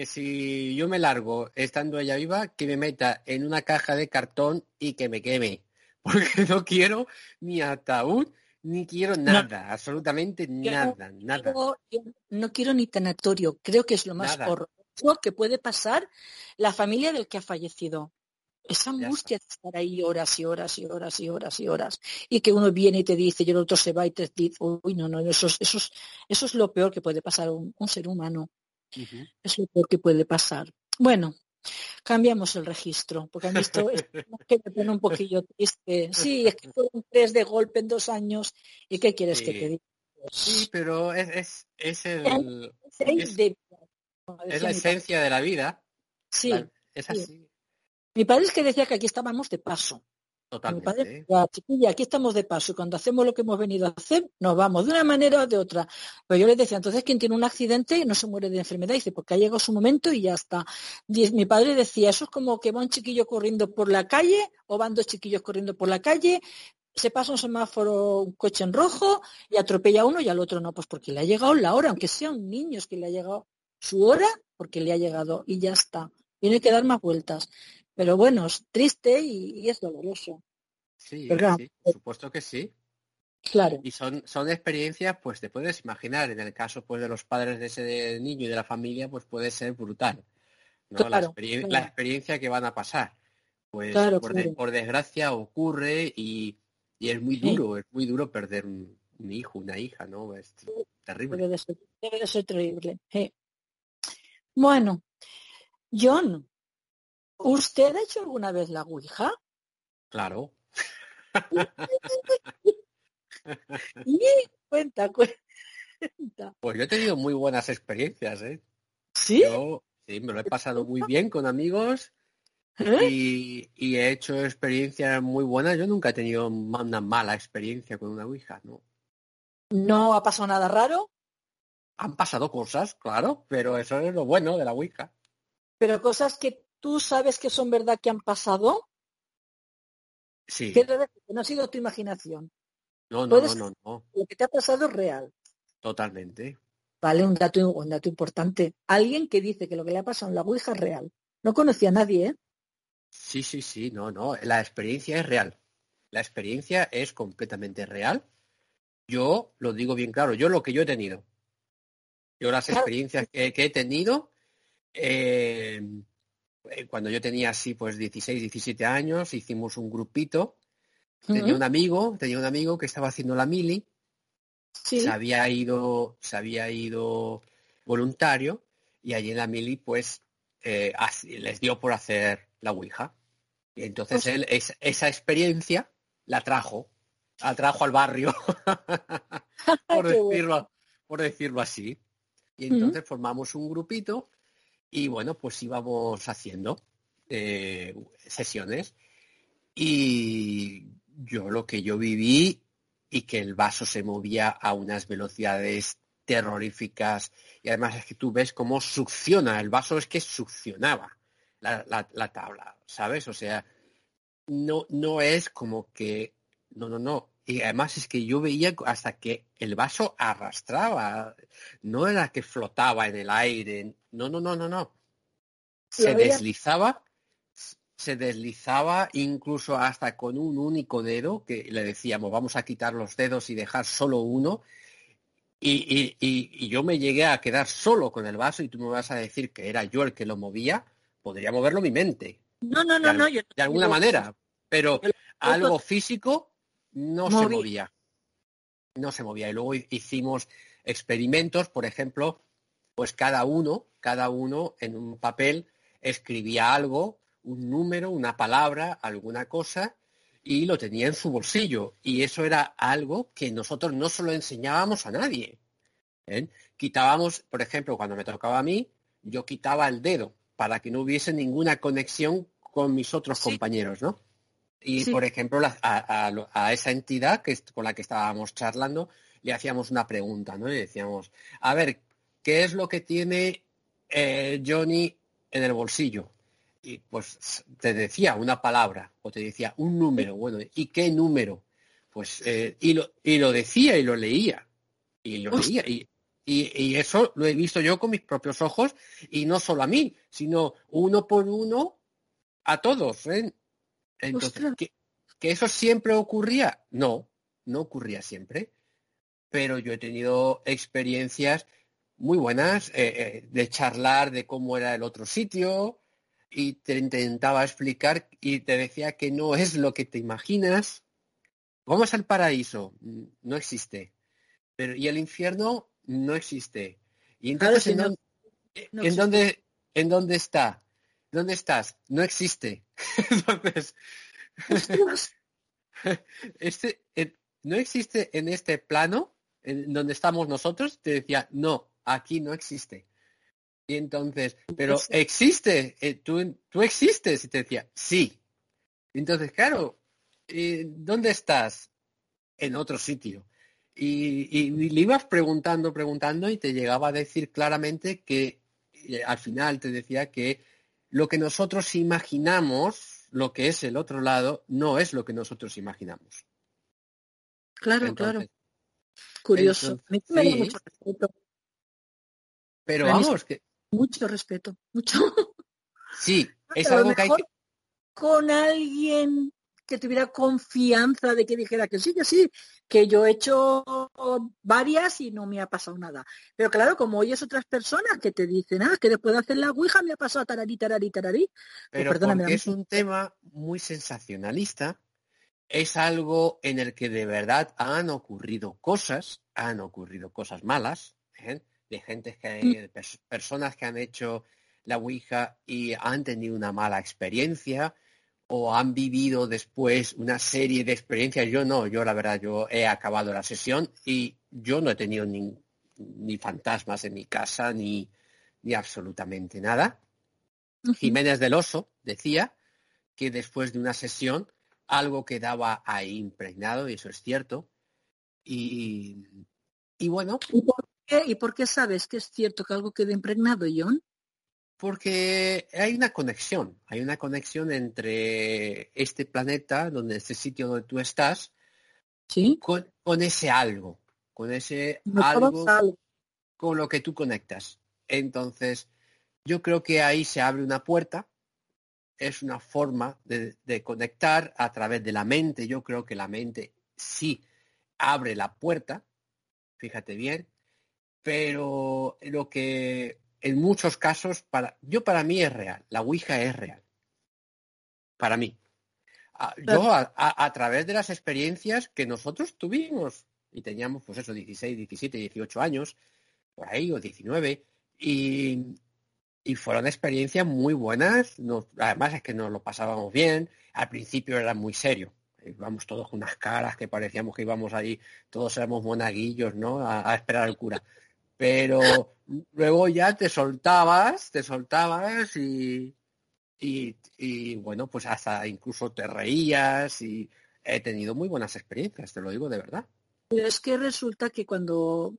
si yo me largo estando ella viva, que me meta en una caja de cartón y que me queme. Porque no quiero ni ataúd, ni quiero No, nada, absolutamente yo nada, nada, yo no quiero ni tanatorio. Creo que es lo más nada. horroroso que puede pasar la familia del que ha fallecido. Esa Ya está. angustia de estar ahí horas y horas y horas y horas y horas. Y que uno viene y te dice y el otro se va y te dice, uy, no, eso es lo peor que puede pasar a un ser humano. Ujú. Es lo peor que puede pasar. Bueno, cambiamos el registro, porque a mí esto que me pone un poquillo triste. Sí, es que fueron 3 de golpe en 2 años. ¿Y qué quieres que te Sí, diga? sí, pero En 6 es, de vida, como es decía la mi padre. esencia de la vida. Sí, Es sí. así, Mi padre es que decía que aquí estábamos de paso. Mi padre totalmente. decía, chiquilla, aquí estamos de paso y cuando hacemos lo que hemos venido a hacer, nos vamos de una manera o de otra. Pero yo les decía, entonces, quien tiene un accidente no se muere de enfermedad. Dice, porque ha llegado su momento y ya está. Mi padre decía, eso es como que va un chiquillo corriendo por la calle o van dos chiquillos corriendo por la calle, se pasa un semáforo, un coche en rojo y atropella a uno y al otro no, pues porque le ha llegado la hora, aunque sea un niño, es que le ha llegado su hora porque le ha llegado y ya está. Tiene que dar más vueltas. Pero bueno, es triste y es doloroso. Pero Sí, claro, sí, por supuesto que sí. claro, Y son experiencias, pues te puedes imaginar, en el caso pues de los padres de ese niño y de la familia, pues puede ser brutal, ¿no? claro, La claro, experiencia que van a pasar. Pues claro, claro. por desgracia ocurre y Sí, es muy duro perder un hijo, una hija, ¿no? Es terrible. debe de ser terrible. Sí. Bueno, John, ¿usted ha hecho alguna vez la Ouija? Claro. Y cuenta, cuenta. Pues yo he tenido muy buenas experiencias, ¿eh? ¿Sí? Yo sí, me lo he pasado muy bien con amigos ¿Eh? y he hecho experiencias muy buenas. Yo nunca he tenido una mala experiencia con una Ouija, ¿no? ¿No ha pasado nada raro? Han pasado cosas, claro, pero eso es lo bueno de la Ouija. Pero cosas que tú sabes que son verdad que han pasado, Sí, quiero decir que no ha sido tu imaginación. no, no, no, Puedes no, no, lo que te ha pasado es real. totalmente. Vale, un dato importante. Alguien que dice que lo que le ha pasado en la Ouija es real. No conocía a nadie, ¿eh? Sí, sí, sí, no, no, la experiencia es real. La experiencia es completamente real. Yo lo digo bien claro, yo lo que yo he tenido, yo las Claro. experiencias que he tenido, eh, cuando yo tenía así pues 16, 17 años, hicimos un grupito. Ujú. Tenía un amigo que estaba haciendo la mili, Sí. se había ido voluntario y allí en la mili pues les dio por hacer la Ouija. Y entonces Pues, él esa experiencia la trajo al barrio, por qué bueno. decirlo, por decirlo así. Y Ujú. entonces formamos un grupito y bueno, pues íbamos haciendo sesiones. Y yo lo que yo viví y que el vaso se movía a unas velocidades terroríficas. Y además es que tú ves cómo succiona, el vaso es que succionaba la tabla, ¿sabes? O sea, no es como que... No. Y además es que yo veía hasta que el vaso arrastraba, no era que flotaba en el aire, no. Se deslizaba, se deslizaba incluso hasta con un único dedo, que le decíamos, vamos a quitar los dedos y dejar solo uno, y yo me llegué a quedar solo con el vaso y tú me vas a decir que era yo el que lo movía, podría moverlo mi mente, No, yo de alguna manera, pero yo algo físico no se moví. movía, no se movía. Y luego hicimos experimentos, por ejemplo, pues cada uno en un papel escribía algo, un número, una palabra, alguna cosa, y lo tenía en su bolsillo. Y eso era algo que nosotros no se lo enseñábamos a nadie. ¿Eh? Quitábamos, por ejemplo, cuando me tocaba a mí, yo quitaba el dedo para que no hubiese ninguna conexión con mis otros compañeros, ¿no? Y, Sí. por ejemplo, a esa entidad con la que estábamos charlando, le hacíamos una pregunta, ¿no? Y decíamos, a ver, ¿qué es lo que tiene Johnny en el bolsillo? Y pues te decía una palabra o te decía un número. Bueno, ¿y qué número? Pues, y lo decía y lo leía. Y lo leía. Y eso lo he visto yo con mis propios ojos, y no solo a mí, sino uno por uno a todos, ¿eh? Entonces, Ostras. ¿que eso siempre ocurría? No ocurría siempre, pero yo he tenido experiencias muy buenas de charlar de cómo era el otro sitio, y te intentaba explicar y te decía que no es lo que te imaginas. ¿Cómo es el paraíso? No existe. Pero, ¿y el infierno? No existe. Y Claro, entonces, si no, no en existe. dónde, ¿en dónde está? ¿Dónde estás? No existe. Entonces, Ostras. no existe en este plano, en donde estamos nosotros. Te decía, no, aquí no existe. Y entonces, pero existe, tú existes. Y te decía, sí. Entonces, claro, ¿dónde estás? En otro sitio. Y le ibas preguntando y te llegaba a decir claramente que al final te decía que lo que nosotros imaginamos, lo que es el otro lado, no es lo que nosotros imaginamos. Claro. Entonces, Curioso. A mí me da sí, mucho respeto. pero A mí sí, vamos, que mucho respeto. Mucho. sí, es A lo algo que hay mejor que... con alguien que tuviera confianza de que dijera que sí, que yo he hecho varias y no me ha pasado nada. Pero claro, como oyes otras personas que te dicen, que después de hacer la ouija me ha pasado tararí, tararí, tararí, pues Pero perdona, me da porque es mucho un respeto. tema muy sensacionalista, es algo en el que de verdad han ocurrido cosas malas, ¿eh? De gente de personas que han hecho la Ouija y han tenido una mala experiencia, o han vivido después una serie de experiencias. Yo no, yo la verdad, yo he acabado la sesión y yo no he tenido ni fantasmas en mi casa, ni absolutamente nada. Ujú. Jiménez del Oso decía que después de una sesión algo quedaba ahí impregnado, y eso es cierto. Y, y bueno, ¿Y por qué sabes que es cierto que algo quede impregnado, John? porque hay una conexión entre este planeta, donde este sitio donde tú estás, Sí. con ese algo, con ese Notabas algo algo. con lo que tú conectas. Entonces, yo creo que ahí se abre una puerta, es una forma de conectar a través de la mente. Yo creo que la mente sí abre la puerta, fíjate bien, pero lo que en muchos casos, para mí es real, la Ouija es real, para mí. Claro. Yo a través de las experiencias que nosotros tuvimos, y teníamos pues eso, 16, 17, 18 años, por ahí, o 19, y fueron experiencias muy buenas. Además es que nos lo pasábamos bien. Al principio era muy serio, íbamos todos con unas caras que parecíamos que íbamos ahí, todos éramos monaguillos, ¿no? A esperar al cura. Pero luego ya te soltabas y bueno, pues hasta incluso te reías, y he tenido muy buenas experiencias, te lo digo de verdad. Pero es que resulta que cuando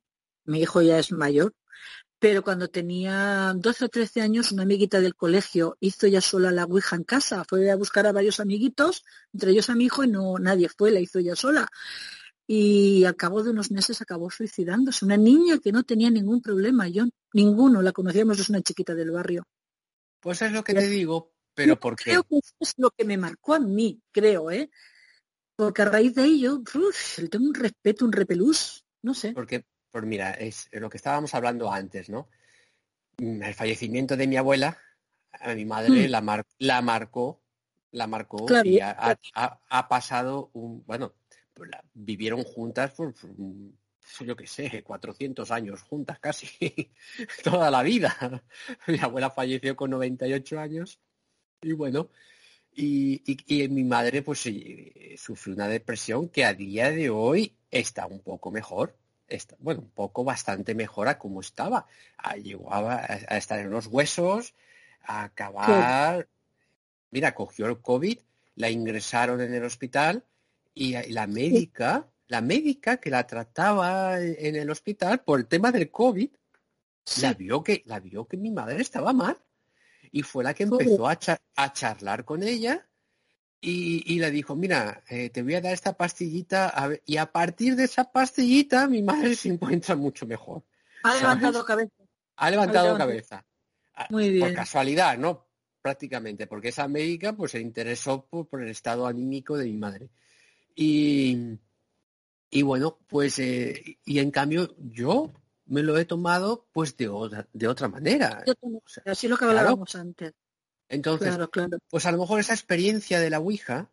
mi hijo ya es mayor, pero cuando tenía 12 o 13 años, una amiguita del colegio hizo ya sola la Ouija en casa. Fue a buscar a varios amiguitos, entre ellos a mi hijo, y no nadie fue, la hizo ya sola. Y al cabo de unos meses acabó suicidándose. Una niña que no tenía ningún problema, yo ninguno, la conocíamos, es una chiquita del barrio. Pues es lo que te digo, pero ¿por qué? Creo que eso es lo que me marcó a mí, creo, ¿eh? Porque a raíz de ello, le tengo un respeto, un repelús, no sé. Porque, pues mira, es lo que estábamos hablando antes, ¿no? El fallecimiento de mi abuela, a mi madre la marcó Claro, y ha pasado vivieron juntas por yo qué sé, 400 años juntas casi, toda la vida. Mi abuela falleció con 98 años y bueno, y mi madre pues sufrió una depresión que a día de hoy está un poco mejor. Un poco bastante mejor a como estaba. Llegó a estar en los huesos, a acabar. Mira, cogió el COVID, la ingresaron en el hospital y la médica que la trataba en el hospital por el tema del COVID, la vio que mi madre estaba mal y fue la que empezó a charlar con ella. Y le dijo, mira, te voy a dar esta pastillita y a partir de esa pastillita mi madre se encuentra mucho mejor. Ha levantado cabeza. Ha levantado cabeza. Muy bien. Por casualidad, ¿no? Prácticamente, porque esa médica pues se interesó por el estado anímico de mi madre. Y bueno, pues, y en cambio yo me lo he tomado pues de otra manera. Así lo que hablábamos antes. Entonces, pues a lo mejor esa experiencia de la Ouija,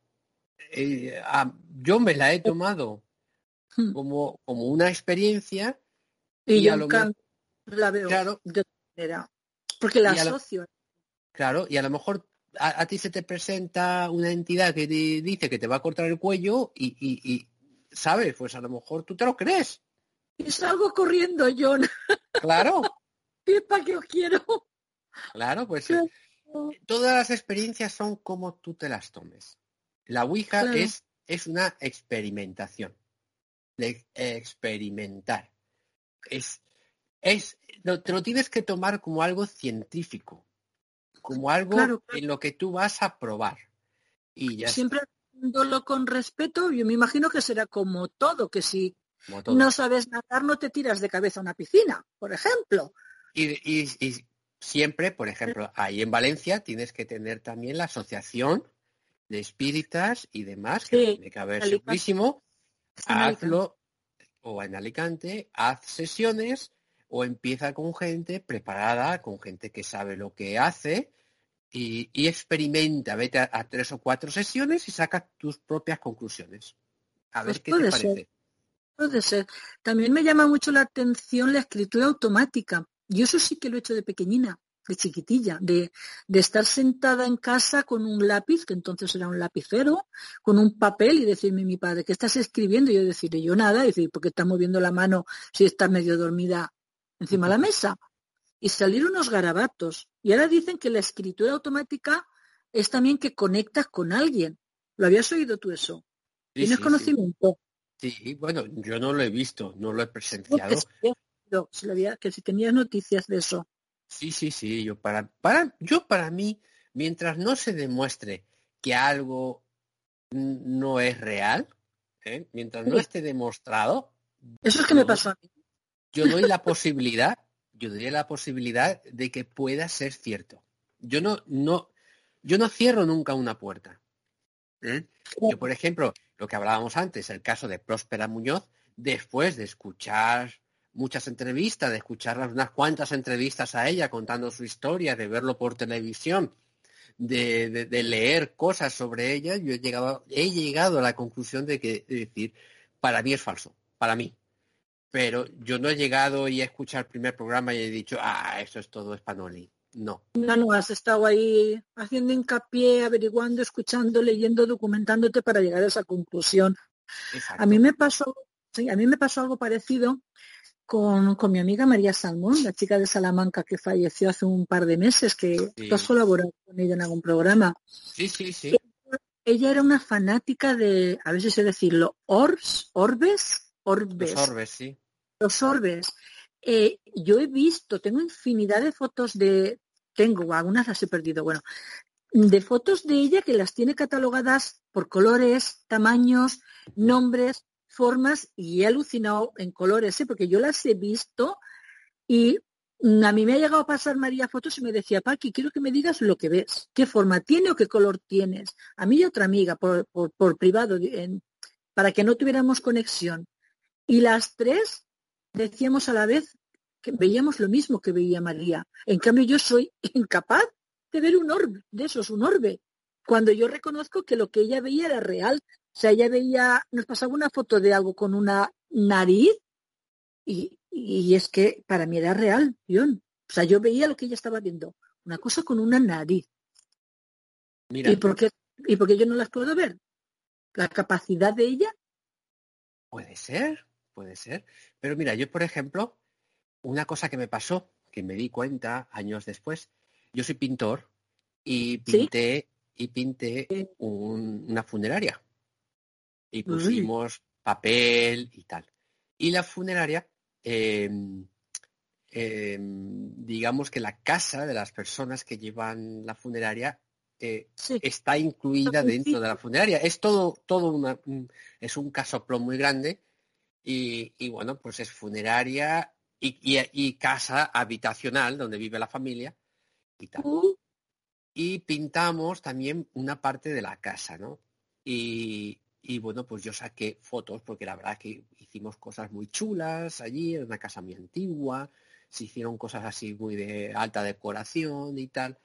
yo me la he tomado como una experiencia y a lo mejor la veo de otra manera, porque la asocio. Claro, y a lo mejor a ti se te presenta una entidad que te dice que te va a cortar el cuello y ¿sabes? Pues a lo mejor tú te lo crees. Y salgo corriendo, John. Claro. ¿Para qué os quiero? Claro, pues sí. Todas las experiencias son como tú te las tomes. La Ouija es una experimentación. De experimentar. Te lo tienes que tomar como algo científico. Como algo en lo que tú vas a probar. Y ya siempre haciéndolo con respeto, yo me imagino que será como todo, que si no sabes nadar no te tiras de cabeza a una piscina, por ejemplo. Y siempre, por ejemplo, ahí en Valencia tienes que tener también la asociación de espíritas y demás, que tiene que haber segurísimo. Hazlo, o en Alicante, haz sesiones o empieza con gente preparada, con gente que sabe lo que hace y experimenta, vete a 3 o 4 sesiones y saca tus propias conclusiones. A ver qué te parece. Puede ser. También me llama mucho la atención la escritura automática. Yo eso sí que lo he hecho de pequeñina, de chiquitilla, de estar sentada en casa con un lápiz, que entonces era un lapicero, con un papel y decirme mi padre, ¿qué estás escribiendo? Y yo decirle, yo nada, y decir, ¿por qué estás moviendo la mano si estás medio dormida encima de la mesa? Y salir unos garabatos. Y ahora dicen que la escritura automática es también que conectas con alguien. ¿Lo habías oído tú eso? ¿Tienes conocimiento? Sí, bueno, yo no lo he visto, no lo he presenciado. Que si tenías noticias de eso. Sí, yo para mí, mientras no se demuestre que algo no es real, mientras no esté demostrado. Eso es que me pasó a mí. Yo doy la posibilidad de que pueda ser cierto. Yo no cierro nunca una puerta. Yo, por ejemplo, lo que hablábamos antes, el caso de Próspera Muñoz, después de escuchar muchas entrevistas, de escuchar unas cuantas entrevistas a ella contando su historia, de verlo por televisión, de leer cosas sobre ella, yo he llegado a la conclusión de decir, para mí es falso, para mí. Pero yo no he llegado y he escuchado el primer programa y he dicho, eso es todo Spanoli. No. No, has estado ahí haciendo hincapié, averiguando, escuchando, leyendo, documentándote para llegar a esa conclusión. Exacto. A mí me pasó algo parecido con mi amiga María Salmón, la chica de Salamanca que falleció hace un par de meses, que tú has colaborado con ella en algún programa. Sí. Ella era una fanática de, a ver si sé decirlo, orbes. Los orbes, sí. Los orbes. yo he visto, tengo infinidad de fotos tengo, algunas las he perdido, bueno, de fotos de ella que las tiene catalogadas por colores, tamaños, nombres, formas, y he alucinado en colores, porque yo las he visto y a mí me ha llegado a pasar María fotos y me decía, Paqui, quiero que me digas lo que ves, qué forma tiene o qué color tienes. A mí y a otra amiga, por privado, para que no tuviéramos conexión. Y las tres decíamos a la vez que veíamos lo mismo que veía María. En cambio, yo soy incapaz de ver un orbe, de esos, un orbe, cuando yo reconozco que lo que ella veía era real. O sea, ella veía, nos pasaba una foto de algo con una nariz y es que para mí era real, John. O sea, yo veía lo que ella estaba viendo, una cosa con una nariz. Mira, ¿Y por qué yo no las puedo ver? La capacidad de ella. puede ser. Pero mira, yo, por ejemplo, una cosa que me pasó, que me di cuenta años después, yo soy pintor y ¿Sí? pinté una funeraria. Y Uy, pusimos papel y tal. Y la funeraria, digamos que la casa de las personas que llevan la funeraria sí. está incluida dentro de la funeraria. Es es un casoplón muy grande y bueno, pues es funeraria y casa habitacional donde vive la familia y tal. Y pintamos también una parte de la casa, ¿no? Y bueno, pues yo saqué fotos porque la verdad que hicimos cosas muy chulas allí, era una casa muy antigua, se hicieron cosas así muy de alta decoración y tal.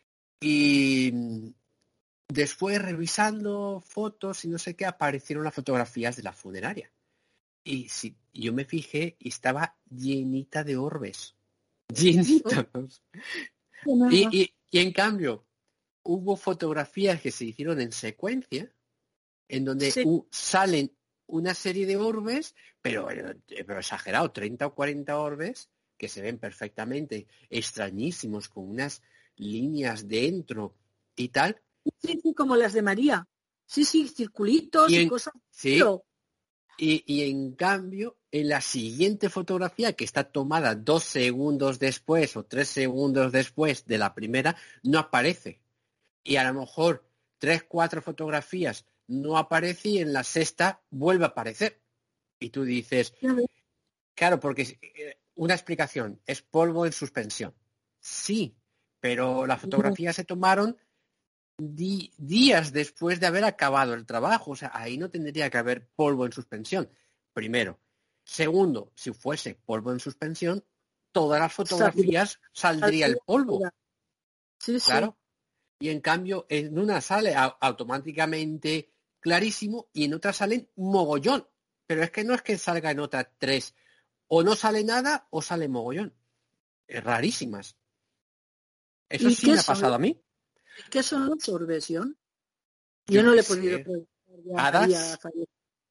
Y después revisando fotos y no sé qué, aparecieron las fotografías de la funeraria. Y sí, yo me fijé y estaba llenita de orbes. Llenita. Y en cambio, hubo fotografías que se hicieron en secuencia, en donde Sí. salen una serie de orbes, pero exagerado, 30 o 40 orbes, que se ven perfectamente, extrañísimos, con unas líneas dentro y tal. Sí, sí, como las de María. Sí, sí, circulitos Y y en, cosas. sí, Pero, y en cambio, en la siguiente fotografía, que está tomada 2 segundos después o 3 segundos después de la primera, no aparece. Y a lo mejor 3, 4 fotografías no aparece y en la sexta vuelve a aparecer. Y tú dices, ya ves, claro, porque una explicación, es polvo en suspensión. Sí, pero las no, fotografías se tomaron días después de haber acabado el trabajo. O sea, ahí no tendría que haber polvo en suspensión. Primero. Segundo, si fuese polvo en suspensión, todas las saldría, fotografías saldría el saldría polvo. fuera. Sí, sí. Claro. Y en cambio en una sale automáticamente clarísimo y en otra salen mogollón. Pero es que no es que salga en otra 3. O no sale nada o sale mogollón. Es rarísimas. Eso ¿Y sí qué me ha son pasado a mí. qué son los orbes, John? Yo Yo no qué le he podido sé. preguntar ya a María Hadas. Fallet.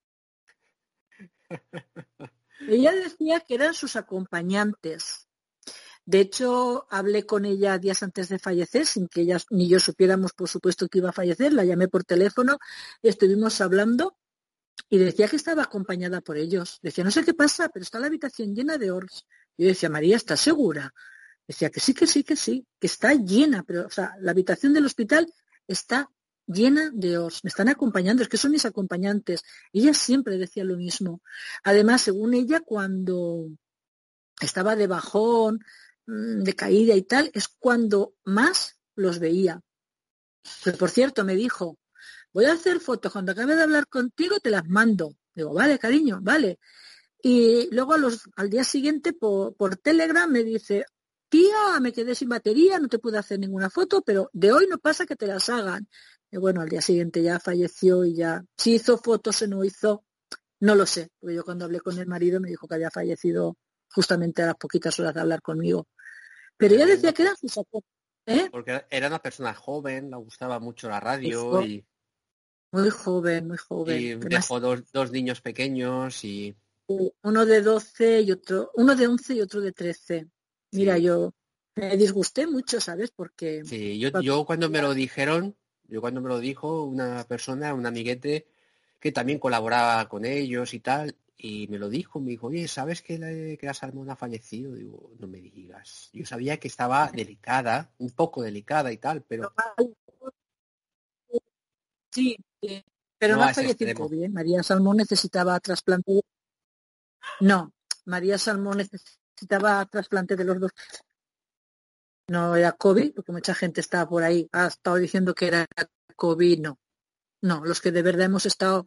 Ella decía que eran sus acompañantes. De hecho, hablé con ella días antes de fallecer, sin que ella ni yo supiéramos, por supuesto, que iba a fallecer. La llamé por teléfono, estuvimos hablando y decía que estaba acompañada por ellos. Decía, no sé qué pasa, pero está la habitación llena de orbs. Yo decía, María, ¿estás segura? Decía que sí, que sí, que sí, que está llena, pero, o sea, la habitación del hospital está llena de orbs. Me están acompañando, es que son mis acompañantes. Ella siempre decía lo mismo. Además, según ella, cuando estaba de bajón, de caída y tal, es cuando más los veía. Pues por cierto, me dijo, voy a hacer fotos, cuando acabe de hablar contigo te las mando. Digo, vale, cariño, vale. Y luego al día siguiente por Telegram me dice, tía, me quedé sin batería, no te pude hacer ninguna foto, pero de hoy no pasa que te las hagan. Y bueno, al día siguiente ya falleció y ya, si hizo fotos o no hizo, no lo sé, porque yo cuando hablé con el marido me dijo que había fallecido justamente a las poquitas horas de hablar conmigo. Pero ella decía Tremendo. que eran sus apodos, ¿eh? Porque era una persona joven, le gustaba mucho la radio Eso, muy joven, muy joven. y Además, dejó dos niños pequeños y uno de 12 y otro, uno de 11 y otro de 13. Mira, sí, yo me disgusté mucho, ¿sabes? Porque sí. Yo cuando me lo dijeron, yo cuando me lo dijo una persona, un amiguete que también colaboraba con ellos y tal, y me lo dijo, me dijo, oye, ¿sabes que la Salmón ha fallecido? Digo, no me digas. Yo sabía que estaba delicada, un poco delicada y tal, pero Sí, pero no no a ha ese fallecido extremo. COVID, ¿eh? María Salmón necesitaba trasplante. No, María Salmón necesitaba trasplante de los dos. No era COVID, porque mucha gente estaba por ahí, ha estado diciendo que era COVID, no. No, los que de verdad hemos estado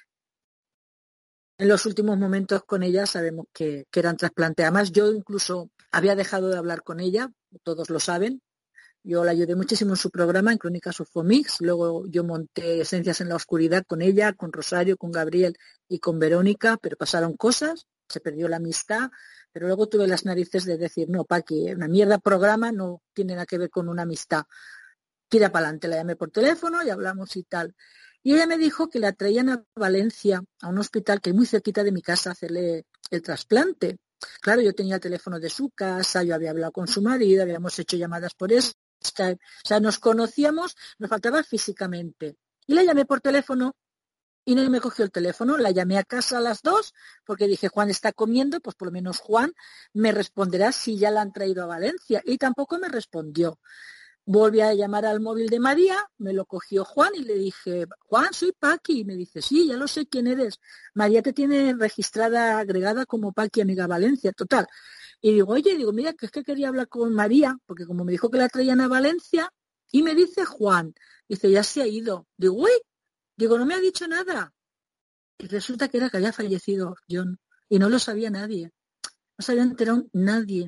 en los últimos momentos con ella sabemos que eran trasplantes. Además, yo incluso había dejado de hablar con ella, todos lo saben. Yo la ayudé muchísimo en su programa, en Crónicas Ufomix. Luego yo monté Esencias en la Oscuridad con ella, con Rosario, con Gabriel y con Verónica, pero pasaron cosas, se perdió la amistad, pero luego tuve las narices de decir, no, Paqui, una mierda programa no tiene nada que ver con una amistad. Tira para adelante, la llamé por teléfono y hablamos y tal. Y ella me dijo que la traían a Valencia, a un hospital que es muy cerquita de mi casa, a hacerle el trasplante. Claro, yo tenía el teléfono de su casa, yo había hablado con su marido, habíamos hecho llamadas por Skype, o sea, nos conocíamos, nos faltaba físicamente. Y la llamé por teléfono y no me cogió el teléfono, la llamé a casa a las 2 porque dije, Juan está comiendo, pues por lo menos Juan me responderá si ya la han traído a Valencia. Y tampoco me respondió. Volví a llamar al móvil de María, me lo cogió Juan y le dije, Juan, soy Paqui. Y me dice, sí, ya lo sé quién eres. María te tiene registrada, agregada como Paqui Amiga Valencia, total. Y digo, oye, digo, mira, que es que quería hablar con María, porque como me dijo que la traían a Valencia, y me dice Juan, dice, ya se ha ido. Digo, uy, digo, no me ha dicho nada. Y resulta que era que había fallecido John, y no lo sabía nadie. No se había enterado nadie.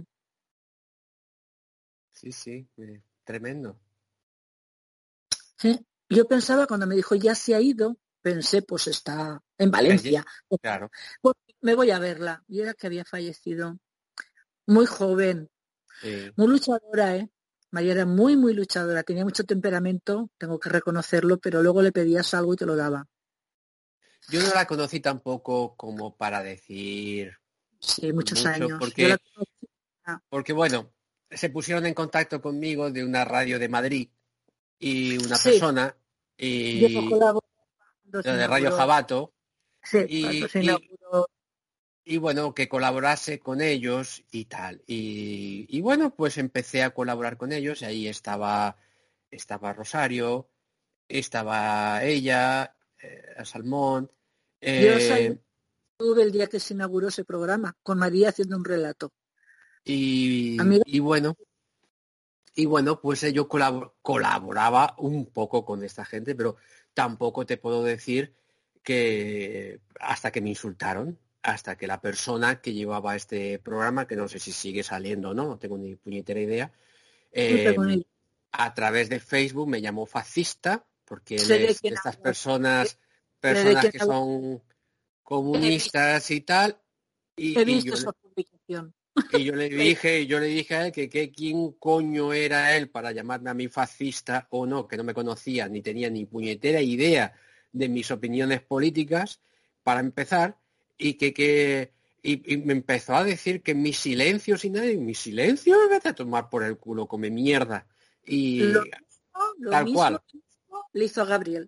Sí, sí, tremendo. ¿Sí? Yo pensaba cuando me dijo ya se ha ido, pensé pues está en Valencia, Claro. pues, me voy a verla. Y era que había fallecido. Muy joven, muy luchadora, ¿eh? María era muy, muy luchadora, tenía mucho temperamento, tengo que reconocerlo, pero luego le pedías algo y te lo daba. Yo no la conocí tampoco como para decir Sí, muchos mucho, años. Yo la conocía. porque bueno, se pusieron en contacto conmigo de una radio de Madrid y una Sí, persona yo y colaboré cuando se de Radio inauguró. Jabato Sí, cuando y, se y, inauguró. y bueno, que colaborase con ellos y tal. Y bueno, pues empecé a colaborar con ellos y ahí estaba Rosario, estaba ella, Salmón, Yo salí eh, el día que se inauguró ese programa, con María haciendo un relato. y, Amiga, y bueno, y bueno, pues yo colaboraba un poco con esta gente, pero tampoco te puedo decir que hasta que me insultaron, hasta que la persona que llevaba este programa, que no sé si sigue saliendo o no, no tengo ni puñetera idea, no tengo eh, ni idea. a través de Facebook me llamó fascista, porque él Sé de es de quién estas hablas, sé de personas quién que hablas. son He visto, comunistas y tal, he y visto yo esa publicación. yo le dije a él que quién coño era él para llamarme a mí fascista o no, que no me conocía ni tenía ni puñetera idea de mis opiniones políticas, para empezar, y me empezó a decir que mis silencios y nada, y mis silencios me vete a tomar por el culo, come mierda. Y Lo tal mismo cual. le hizo a Gabriel.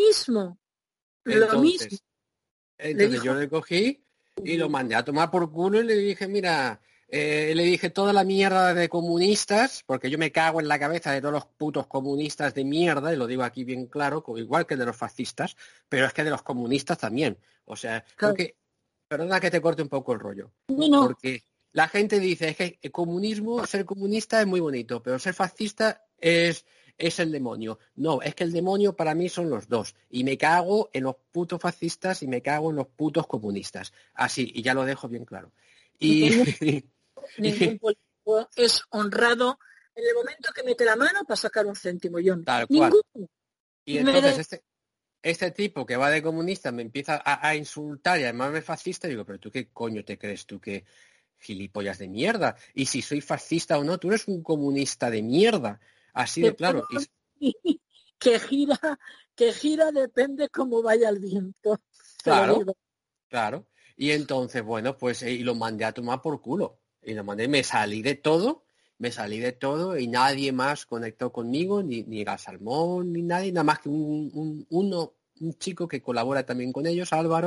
Lo mismo Entonces, le Entonces yo dijo. le cogí y lo mandé a tomar por culo y le dije, mira, le dije toda la mierda de comunistas, porque yo me cago en la cabeza de todos los putos comunistas de mierda, y lo digo aquí bien claro, igual que de los fascistas, pero es que de los comunistas también. O sea, Claro, porque, perdona que te corte un poco el rollo, bueno, porque la gente dice, es que el comunismo, ser comunista es muy bonito, pero ser fascista es el demonio. No, es que el demonio para mí son los dos. Y me cago en los putos fascistas y me cago en los putos comunistas. Así, y ya lo dejo bien claro. Y, ningún, y ningún político es honrado en el momento que mete la mano para sacar un céntimo, John. tal cual. Ninguno. Y Y entonces este tipo que va de comunista me empieza a insultar y además me fascista, y digo, pero tú qué coño te crees tú que gilipollas de mierda. Y si soy fascista o no, tú eres un comunista de mierda. Así te de puedo claro. decir que gira depende cómo vaya el viento. Te lo Claro, digo. claro. Y entonces, bueno, pues y lo mandé a tomar por culo. Y lo mandé, me salí de todo y nadie más conectó conmigo, ni Gasalmón, ni nadie, nada más que un chico que colabora también con ellos, Álvaro,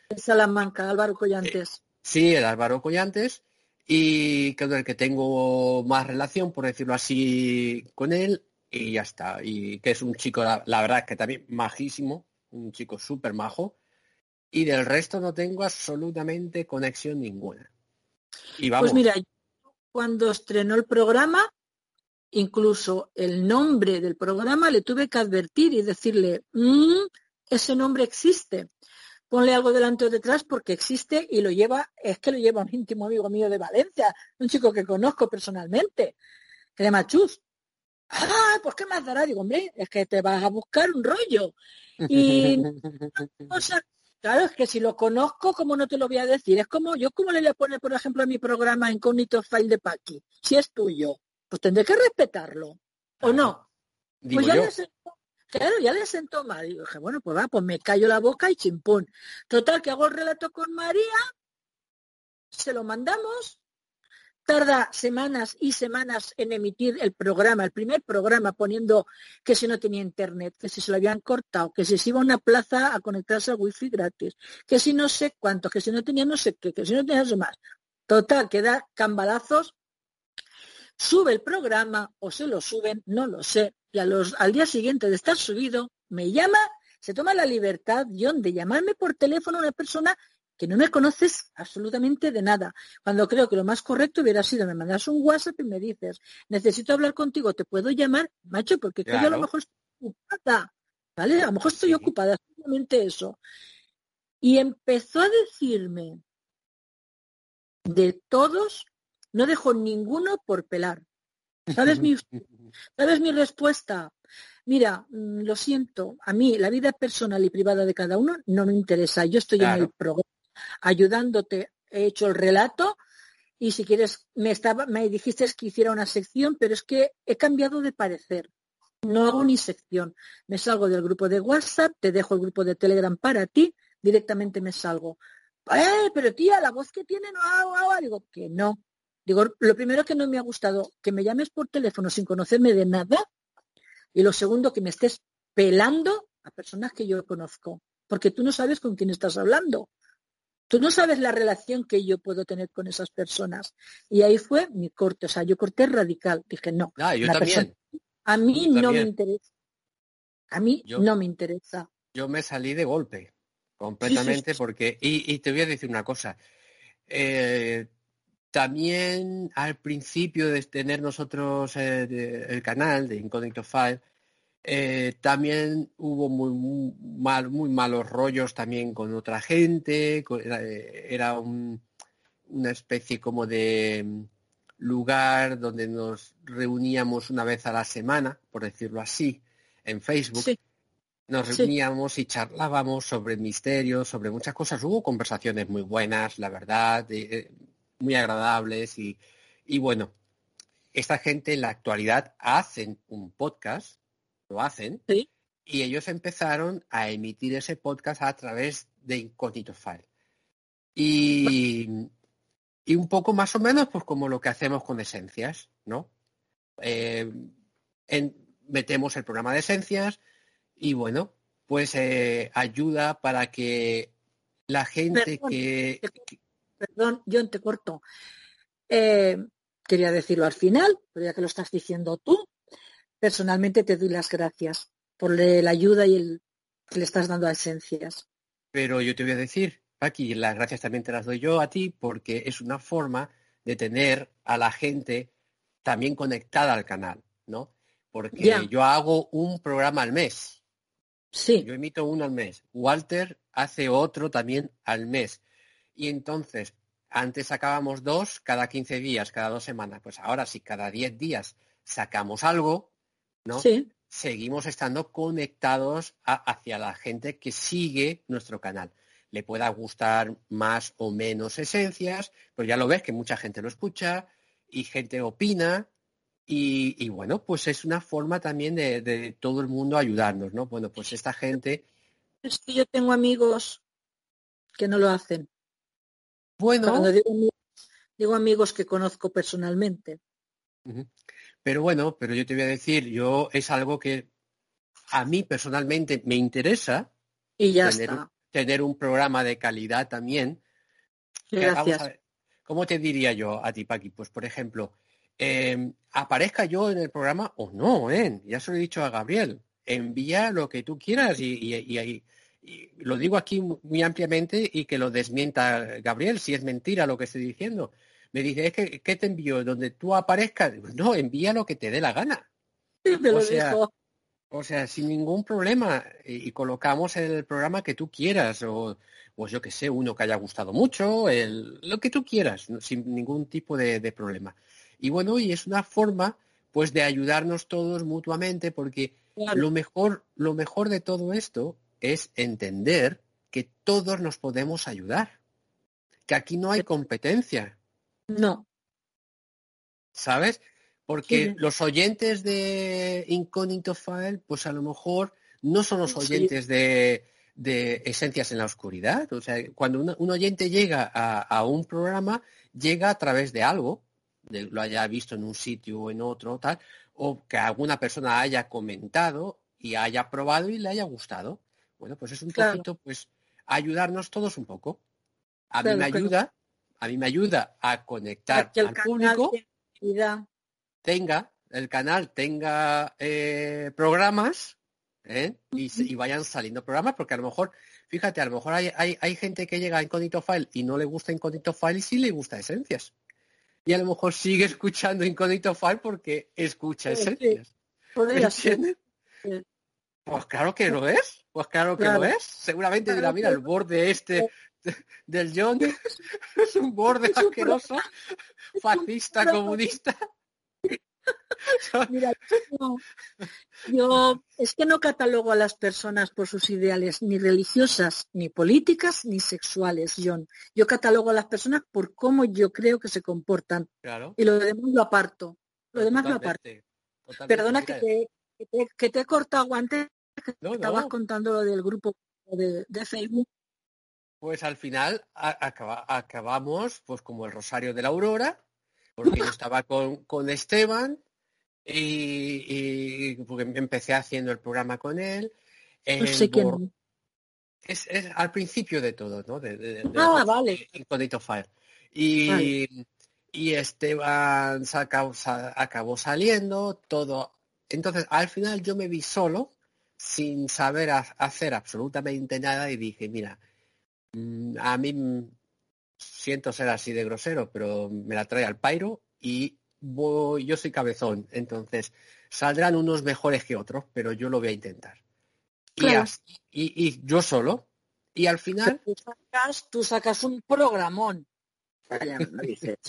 En Salamanca, Álvaro Collantes. Sí, el Álvaro Collantes, y con el que tengo más relación, por decirlo así, con él, y ya está. Y que es un chico, la verdad, que también majísimo, un chico súper majo, y del resto no tengo absolutamente conexión ninguna. Y vamos. Pues mira, cuando estrenó el programa, incluso el nombre del programa le tuve que advertir y decirle, ese nombre existe. Ponle algo delante o detrás porque existe y lo lleva un íntimo amigo mío de Valencia, un chico que conozco personalmente, que se llama Chus. ¡Ah, pues qué más dará! Digo, hombre, es que te vas a buscar un rollo. Y cosa, claro, es que si lo conozco, ¿cómo no te lo voy a decir? Es como, yo como le voy a poner, por ejemplo, a mi programa Incógnito File de Paqui, si es tuyo, pues tendré que respetarlo, ¿o no? Digo Pues ya yo. ya le sentó mal. Y dije, bueno, pues va, pues me callo la boca y chimpún. Total, que hago el relato con María, se lo mandamos, tarda semanas y semanas en emitir el programa, el primer programa, poniendo que si no tenía internet, que si se lo habían cortado, que si se iba a una plaza a conectarse al wifi gratis, que si no sé cuántos, que si no tenía no sé qué, que si no tenía eso más. Total, que da cambalazos, sube el programa o se lo suben, no lo sé, y al día siguiente de estar subido, me llama, se toma la libertad, John, de llamarme por teléfono a una persona que no me conoces absolutamente de nada, cuando creo que lo más correcto hubiera sido me mandas un WhatsApp y me dices, necesito hablar contigo, ¿te puedo llamar? Macho, porque claro, yo a lo mejor estoy ocupada, ¿vale? A lo mejor estoy ocupada, simplemente eso. Y empezó a decirme de todos, no dejó ninguno por pelar. ¿Sabes mi respuesta? Mira, lo siento, a mí la vida personal y privada de cada uno no me interesa. Yo estoy en el programa ayudándote, he hecho el relato y si quieres me dijiste que hiciera una sección, pero es que he cambiado de parecer. No hago ni sección. Me salgo del grupo de WhatsApp, te dejo el grupo de Telegram para ti, directamente me salgo. Pero tía, la voz que tiene no hago. Digo, que no. Digo, lo primero que no me ha gustado, que me llames por teléfono sin conocerme de nada, y lo segundo, que me estés pelando a personas que yo conozco, porque tú no sabes con quién estás hablando. Tú no sabes la relación que yo puedo tener con esas personas. Y ahí fue mi corte, o sea, yo corté radical. Dije, no. Yo también. A mí no me interesa. A mí no me interesa. Yo me salí de golpe, completamente, sí. Porque... Y te voy a decir una cosa. También al principio de tener nosotros el canal de Incógnito File, también hubo muy malos rollos también con otra gente. Era una especie como de lugar donde nos reuníamos una vez a la semana, por decirlo así, en Facebook. Sí. Nos reuníamos y charlábamos sobre misterios, sobre muchas cosas. Hubo conversaciones muy buenas, la verdad, muy agradables y bueno, esta gente en la actualidad hacen un podcast, lo hacen, ¿sí? Y ellos empezaron a emitir ese podcast a través de Incógnito File. Y un poco más o menos pues como lo que hacemos con Esencias, ¿no? Metemos el programa de Esencias y bueno, pues ayuda para que la gente Perdón, John, te corto. Quería decirlo al final, pero ya que lo estás diciendo tú, personalmente te doy las gracias por la ayuda y que le estás dando a Esencias. Pero yo te voy a decir, Paqui, las gracias también te las doy yo a ti, porque es una forma de tener a la gente también conectada al canal, ¿no? Porque yo hago un programa al mes. Sí. Yo emito uno al mes. Walter hace otro también al mes. Y entonces, antes sacábamos 2 cada 15 días, cada 2 semanas. Pues ahora sí, cada 10 días sacamos algo, ¿no? Sí. Seguimos estando conectados hacia la gente que sigue nuestro canal. Le pueda gustar más o menos Esencias, pero ya lo ves que mucha gente lo escucha y gente opina. Y bueno, pues es una forma también de todo el mundo ayudarnos, ¿no? Bueno, pues esta gente... Es que yo tengo amigos que no lo hacen. Bueno... Cuando digo amigos que conozco personalmente. Pero bueno, pero yo te voy a decir, es algo que a mí personalmente me interesa. Y ya tener está. tener un programa de calidad también. Gracias. Vamos a ver, ¿cómo te diría yo a ti, Paqui? Pues, por ejemplo, aparezca yo en el programa o no, ya se lo he dicho a Gabriel, envía lo que tú quieras y lo digo aquí muy ampliamente y que lo desmienta Gabriel si es mentira lo que estoy diciendo. Me dice, es que ¿qué te envío? Donde tú aparezcas. No, envía lo que te dé la gana. Me O lo sea, dijo. sin ningún problema. Y colocamos el programa que tú quieras. O pues yo que sé, uno que haya gustado mucho, lo que tú quieras, sin ningún tipo de problema. Y bueno, y es una forma pues de ayudarnos todos mutuamente, porque Claro. lo mejor de todo esto es entender que todos nos podemos ayudar, que aquí no hay competencia, No. ¿sabes? Porque Sí, los oyentes de Incognito File, pues a lo mejor no son los sí, oyentes de Esencias en la Oscuridad. O sea, cuando un oyente llega a un programa, llega a través de algo, lo haya visto en un sitio o en otro, tal, o que alguna persona haya comentado y haya probado y le haya gustado. Bueno, pues es un claro, poquito, pues, ayudarnos todos un poco. A mí me claro, claro. ayuda, a Para conectar que el al canal público, tenga actividad. el canal tenga programas, y vayan saliendo programas, porque a lo mejor, fíjate, a lo mejor hay gente que llega a Incognito File y no le gusta Incognito File y sí le gusta Esencias. Y a lo mejor sigue escuchando Incognito File porque escucha Sí, Esencias. ¿Me podría ser. entiendes? Pues claro que lo es. Pues claro que lo Claro, es. Seguramente dirá, claro mira, que el borde no. del John es un borde Es un asqueroso, un fascista, programa. comunista. Mira, yo es que no catalogo a las personas por sus ideales ni religiosas, ni políticas, ni sexuales, John. Yo catalogo a las personas por cómo yo creo que se comportan. Claro, Y lo demás lo aparto. Lo pero demás lo aparto. totalmente. Totalmente. Perdona Mira, que te he cortado antes, que no, estabas no. contando lo del grupo de Facebook. Pues al final acabamos pues como el Rosario de la Aurora, porque yo estaba con Esteban y porque empecé haciendo el programa con él. No El sé quién bor- es al principio de todo, ¿no? Ah, vale, Incognito Fire. vale. Y Esteban acabó saliendo, todo. Entonces, al final yo me vi solo, sin saber hacer absolutamente nada, y dije, mira, a mí siento ser así de grosero, pero me la trae al pairo y yo soy cabezón. Entonces, saldrán unos mejores que otros, pero yo lo voy a intentar. Y, Claro. y yo solo. Y al Pero final, tú sacas un programón. Vaya, me lo dices.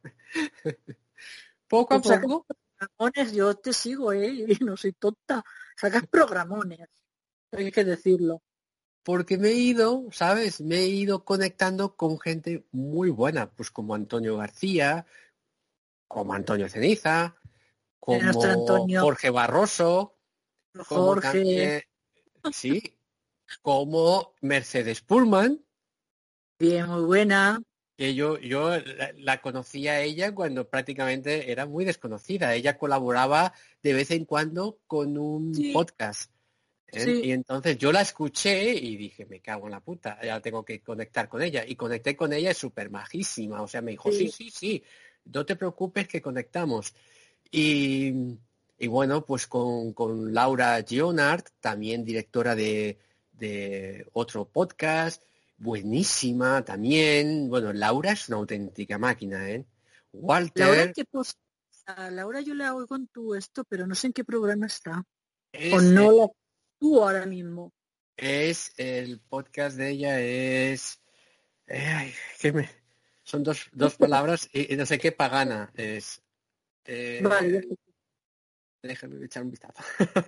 poco Tú a sacas poco, programones, yo te sigo, y no soy tonta. Sacas programones, hay que decirlo. porque me he ido, ¿sabes? Me he ido conectando con gente muy buena, pues como Antonio García, como Antonio Ceniza, Nuestro como Antonio, Jorge Barroso, como Jorge, también, sí, como Mercedes Pullman, bien, muy buena. que yo la conocí a ella cuando prácticamente era muy desconocida. Ella colaboraba de vez en cuando con un Sí, podcast. sí, Y entonces yo la escuché y dije, me cago en la puta, ya tengo que conectar con ella. Y conecté con ella, es súper majísima. O sea, me dijo, sí, sí. sí, sí, no te preocupes que conectamos. Y, y bueno, pues con Laura Gionard, también directora de otro podcast, buenísima también. Bueno, Laura es una auténtica máquina, ¿eh? Laura, Walter a Laura yo la oigo en tu esto, pero no sé en qué programa está. O es, no la tú ahora mismo. el podcast de ella es, ay, son dos palabras y no sé qué pagana es. Vale, ya Eh, sé. déjame echar un vistazo.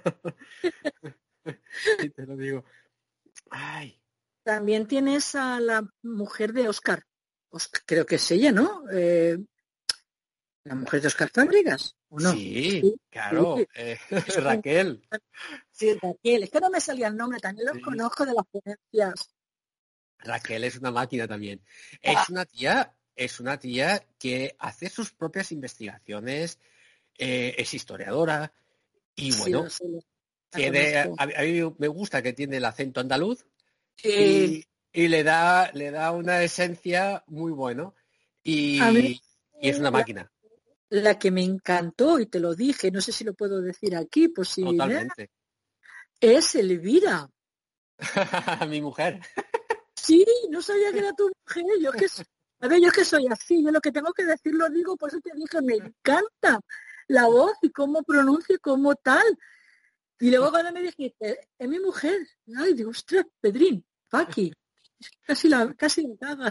Y te lo digo. Ay, También tienes a la mujer de Oscar. Creo que es ella, ¿no? La mujer de Oscar Fábregas, ¿o no? sí, Sí, sí. claro. Raquel. Sí, Raquel. Es que no me salía el nombre, también los Sí, conozco de las ponencias. Raquel es una máquina también. Ah, Es una tía que hace sus propias investigaciones, es historiadora y sí, bueno, lo sé, la tiene, conozco. a mí me gusta que tiene el acento andaluz y, y le da una esencia muy bueno. A mí Y es una máquina, la que me encantó, y te lo dije, no sé si lo puedo decir aquí, pues si totalmente. es Elvira. Mi mujer. Sí, no sabía que era tu mujer. A ver, yo que soy así, yo lo que tengo que decir lo digo, por eso te dije, me encanta la voz y cómo pronuncia y cómo tal. Y luego cuando me dijiste, es mi mujer, ay, digo, ostras, Pedrín, Paqui, casi la caga.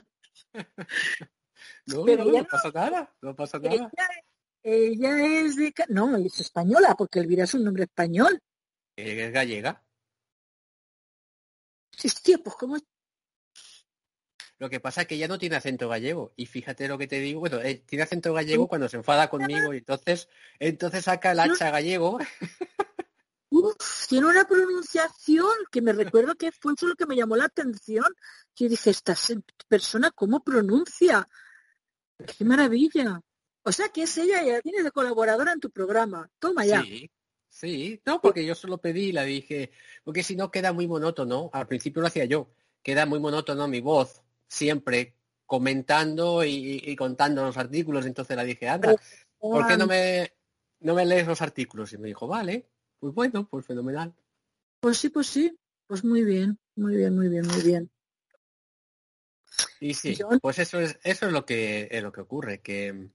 No, Pero no, ella no pasa nada, no pasa no, nada. ella es de, no, es española, porque Elvira es un nombre español. Es gallega. Sí, hostia, pues cómo, Lo que pasa es que ella no tiene acento gallego. Y fíjate lo que te digo. Bueno, tiene acento gallego cuando se enfada conmigo y entonces saca el hacha gallego. tiene una pronunciación que me recuerdo que fue eso lo que me llamó la atención. Yo dije, esta persona, ¿cómo pronuncia? ¡Qué maravilla! O sea que es ella, ya tiene de colaboradora en tu programa. Toma ya. Sí, sí. No, porque yo solo pedí y la dije, porque si no queda muy monótono. Al principio lo hacía yo. Queda muy monótono mi voz, siempre comentando y contando los artículos. Entonces la dije, anda, ¿por qué no me lees los artículos? Y me dijo, vale, pues bueno, pues fenomenal. Pues sí, pues sí. Pues muy bien, muy bien, muy bien, muy bien. Y sí, Yo, pues eso es lo que ocurre, que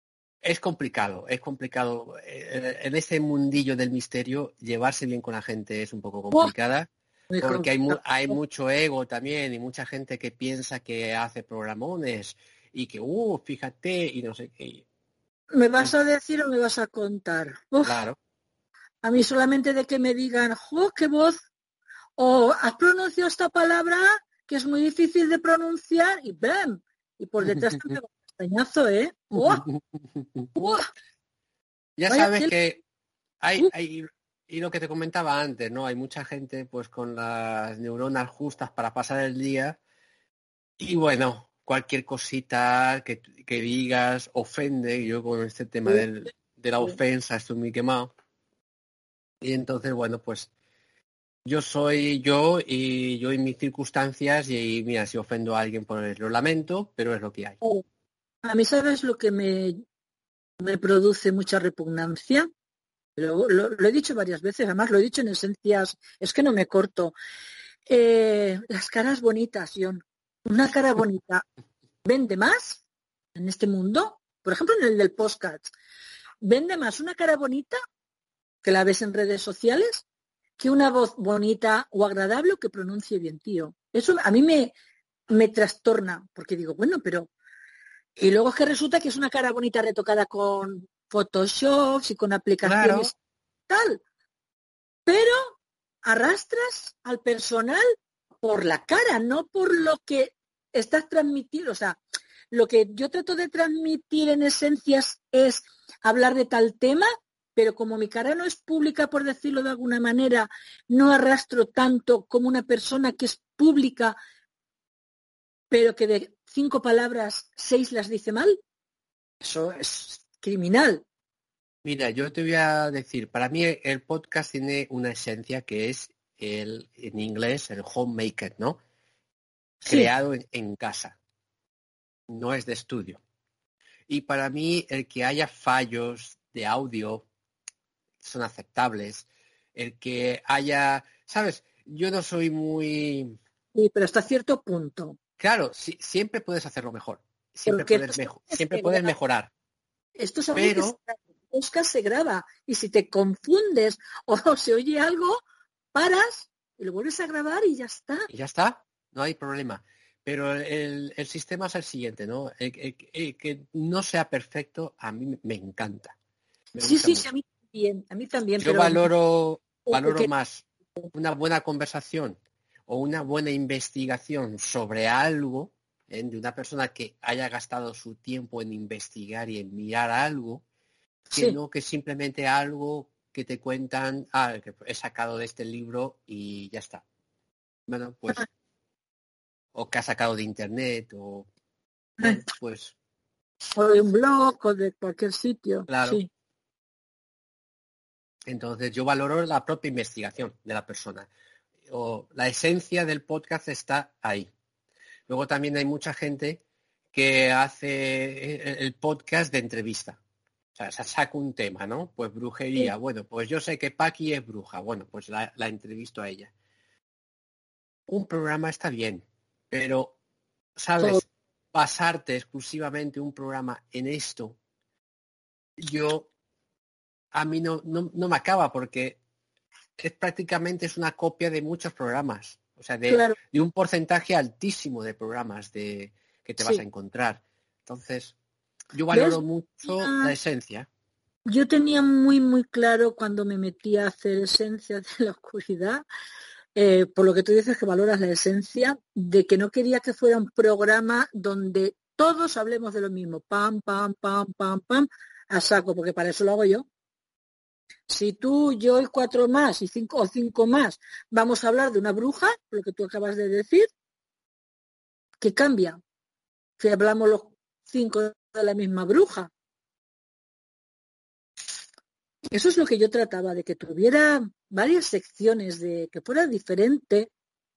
es complicado. En ese mundillo del misterio, llevarse bien con la gente es un poco ¡buah! complicada, Me porque dijo, hay mucho ego también y mucha gente que piensa que hace programones y que, fíjate, y no sé qué. ¿me vas a decir o me vas a contar? Uf, Claro. a mí solamente de que me digan, ¡oh, qué voz! O has pronunciado esta palabra que es muy difícil de pronunciar y ¡bam! Y por detrás te pego un castañazo, ¿eh? ¡Oh! ¡Oh! Ya Vaya sabes tela. que ¡Uh! y lo que te comentaba antes, ¿no? Hay mucha gente pues con las neuronas justas para pasar el día. Y bueno, cualquier cosita que digas ofende. Yo con este tema de la ofensa estoy muy quemado. Y entonces, bueno, pues yo soy yo y yo en mis circunstancias y mira, si ofendo a alguien, pues lo lamento, pero es lo que hay. A mí, ¿sabes lo que me produce mucha repugnancia? Lo he dicho varias veces, además lo he dicho en esencias, es que no me corto. Las caras bonitas, John. Una cara bonita vende más en este mundo. Por ejemplo, en el del podcast. Vende más una cara bonita, que la ves en redes sociales, que una voz bonita o agradable o que pronuncie bien, tío. Eso a mí me trastorna, porque digo, bueno, pero... Y luego es que resulta que es una cara bonita retocada con Photoshop y con Claro, aplicaciones tal, pero arrastras al personal por la cara, no por lo que estás transmitiendo. O sea, lo que yo trato de transmitir en esencias es hablar de tal tema, pero como mi cara no es pública, por decirlo de alguna manera, no arrastro tanto como una persona que es pública, pero que de 5 palabras, 6 las dice mal. Eso es criminal. mira, yo te voy a decir, para mí el podcast tiene una esencia que es en inglés, el homemaker, ¿no? Sí, Creado en casa, no es de estudio. Y para mí el que haya fallos de audio son aceptables, el que haya, ¿sabes? Yo no soy muy... sí, pero hasta cierto punto. Claro, siempre puedes hacerlo mejor, Porque esto siempre puedes mejorar, esto es algo que pero podcast se graba y si te confundes o se oye algo, paras y lo vuelves a grabar y ya está. y ya está, no hay problema. Pero el sistema es el siguiente, ¿no? El que no sea perfecto a mí me encanta, me Sí, gusta sí, sí, mucho. a mí también, Yo pero valoro que más una buena conversación o una buena investigación sobre algo, de una persona que haya gastado su tiempo en investigar y en mirar algo, que sí, no que simplemente algo que te cuentan, que he sacado de este libro y ya está. Bueno, pues, o que ha sacado de internet, o bueno, pues, o de un blog o de cualquier sitio, claro. sí. Entonces yo valoro la propia investigación de la persona. o la esencia del podcast está ahí. Luego también hay mucha gente que hace el podcast de entrevista. O sea, saca un tema, ¿no? Pues brujería. Sí. Bueno, pues yo sé que Paqui es bruja. Bueno, pues la entrevisto a ella. Un programa está bien, pero, Todo. ¿sabes? Basarte exclusivamente un programa en esto, a mí no me acaba porque es una copia de muchos programas. O sea, Claro, de un porcentaje altísimo de programas que te vas a sí. encontrar. Entonces, yo valoro ¿Ves? mucho la esencia. Yo tenía muy, muy claro cuando me metí a hacer esencia de la oscuridad, por lo que tú dices que valoras la esencia, de que no quería que fuera un programa donde todos hablemos de lo mismo, pam, pam, pam, pam, pam, a saco, porque para eso lo hago yo. Si tú, yo y 4 más, y 5 o 5 más, vamos a hablar de una bruja, lo que tú acabas de decir, ¿qué cambia? Si hablamos los 5 de la misma bruja. Eso es lo que yo trataba, de que tuviera varias secciones, de que fuera diferente,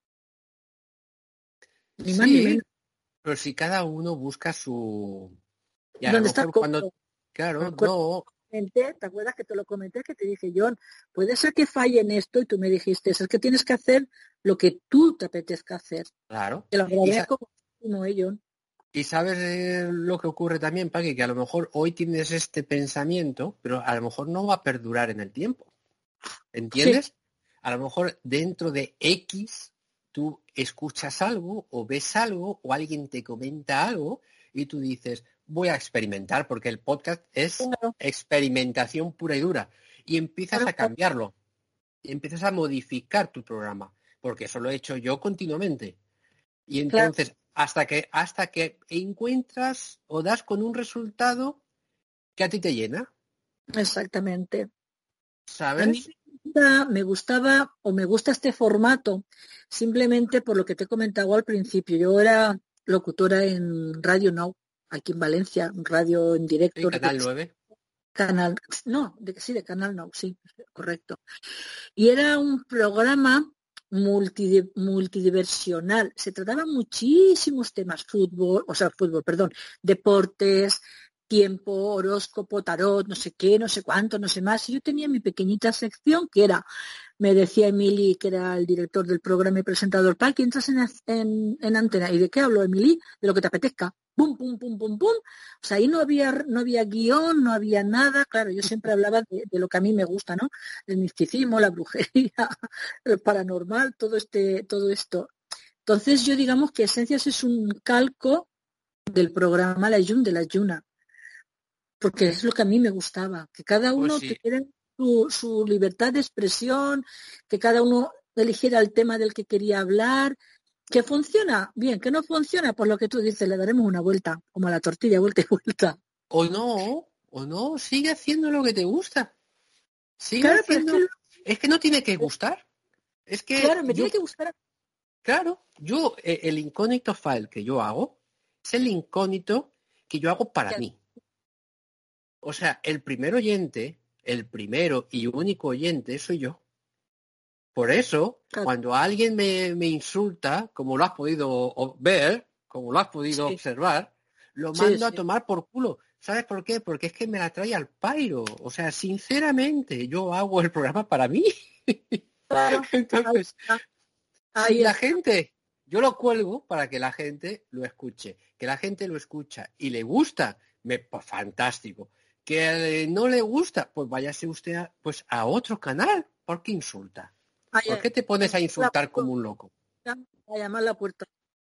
ni más ni Sí, menos. pero si cada uno busca su... Y a lo ¿Dónde está mejor cuando... cómodo? Me Claro, acuerdo no, ¿te acuerdas que te lo comenté? Que te dije, John, puede ser que falle en esto y tú me dijiste, es que tienes que hacer lo que tú te apetezca hacer. claro. Te lo Y, agradezco muchísimo, John. y sabes lo que ocurre también, Paqui, que a lo mejor hoy tienes este pensamiento, pero a lo mejor no va a perdurar en el tiempo. Sí, ¿Entiendes? A lo mejor dentro de X tú escuchas algo o ves algo o alguien te comenta algo y tú dices, voy a experimentar porque el podcast es claro, experimentación pura y dura. Y empiezas claro, a claro, cambiarlo y empiezas a modificar tu programa, porque eso lo he hecho yo continuamente. Y claro, entonces, hasta que encuentras o das con un resultado que a ti te llena, exactamente. A mí ¿sabes? me gustaba o me gusta este formato simplemente por lo que te he comentado al principio. Yo era locutora en Radio Now, aquí en Valencia, radio en Sí, directo, Canal 9. canal, no, sí, de Canal Now, sí, correcto. Y era un programa multidiversional. Se trataban muchísimos temas, fútbol, perdón, deportes, tiempo, horóscopo, tarot, no sé qué, no sé cuánto, no sé más. Y yo tenía mi pequeñita sección que era, me decía Emily, que era el director del programa y presentador, ¿para que entras en antena? ¿Y de qué hablo, Emily? De lo que te apetezca. Pum, pum, pum, pum, pum. O sea, ahí no había guión, no había nada. Claro, yo siempre hablaba de lo que a mí me gusta, ¿no? El misticismo, la brujería, el paranormal, todo esto. Entonces yo digamos que Esencias es un calco del programa La Yun de la Yuna, porque es lo que a mí me gustaba, que cada Pues uno sí. tuviera su libertad de expresión, que cada uno eligiera el tema del que quería hablar, que funciona, bien, que no funciona, pues lo que tú dices, le daremos una vuelta, como a la tortilla, vuelta y vuelta. O no, sigue haciendo lo que te gusta. Sigue Claro, pero es haciendo... Es que no tiene que gustar. Es que claro, me tiene yo, que gustar. claro, el incógnito file que yo hago es el incógnito que yo hago para mí. O sea, el primer oyente, el primero y único oyente soy yo. Por eso, Claro, cuando alguien me insulta, como lo has podido ver, como lo has podido sí, observar, lo sí, mando a sí. tomar por culo. ¿Sabes por qué? Porque es que me la trae al pairo. O sea, sinceramente, yo hago el programa para mí. Claro, ahí Entonces, está, si ahí la está. gente, yo lo cuelgo para que la gente lo escuche. Que la gente lo escucha y le gusta, pues fantástico. Que no le gusta, pues váyase usted a otro canal. ¿Por qué insulta? Ahí ¿Por qué te está. pones a insultar como un loco? A llamar la puerta.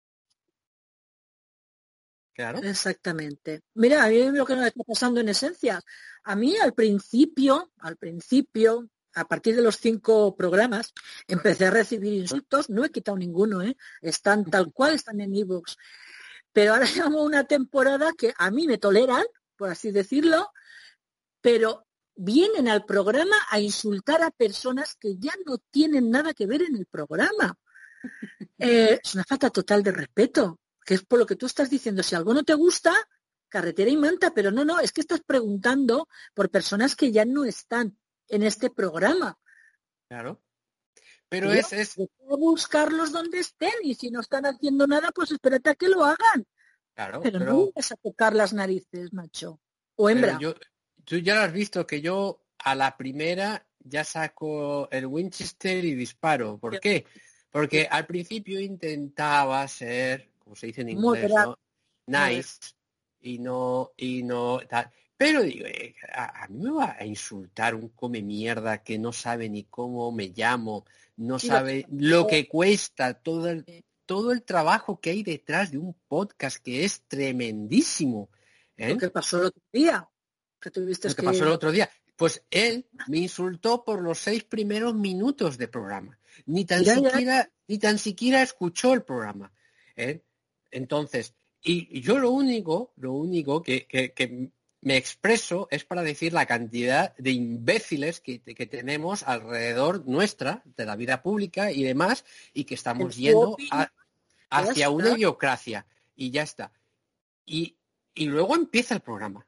Claro. Exactamente. Mira, a mí lo que nos está pasando en esencia, a mí al principio, a partir de los 5 programas, empecé a recibir insultos, no he quitado ninguno, ¿eh? Están tal cual, están en iVoox. Pero ahora llevamos una temporada que a mí me toleran, por así decirlo, pero vienen al programa a insultar a personas que ya no tienen nada que ver en el programa. Es una falta total de respeto, que es por lo que tú estás diciendo. Si algo no te gusta, carretera y manta, pero no, es que estás preguntando por personas que ya no están en este programa. Claro. Pero tío, es buscarlos donde estén y si no están haciendo nada, pues espérate a que lo hagan. claro, Pero no vas a tocar las narices, macho. O pero hembra. tú ya lo has visto que yo a la primera ya saco el Winchester y disparo. ¿Por qué? Porque al principio intentaba ser, como se dice en inglés, Moderado. ¿no? Nice y no tal. Pero digo, a mí me va a insultar un come mierda que no sabe ni cómo me llamo, no sabe lo que cuesta, todo el trabajo que hay detrás de un podcast que es tremendísimo. Lo que pasó el otro día. Que tuviste Lo que pasó el otro día. Pues él me insultó por los 6 primeros minutos de programa. Ni tan siquiera escuchó el programa. ¿Eh? Entonces, y yo lo único que me expreso es para decir la cantidad de imbéciles que tenemos alrededor nuestra, de la vida pública y demás, y que estamos yendo hacia una idiocracia. Y ya está. Y luego empieza el programa.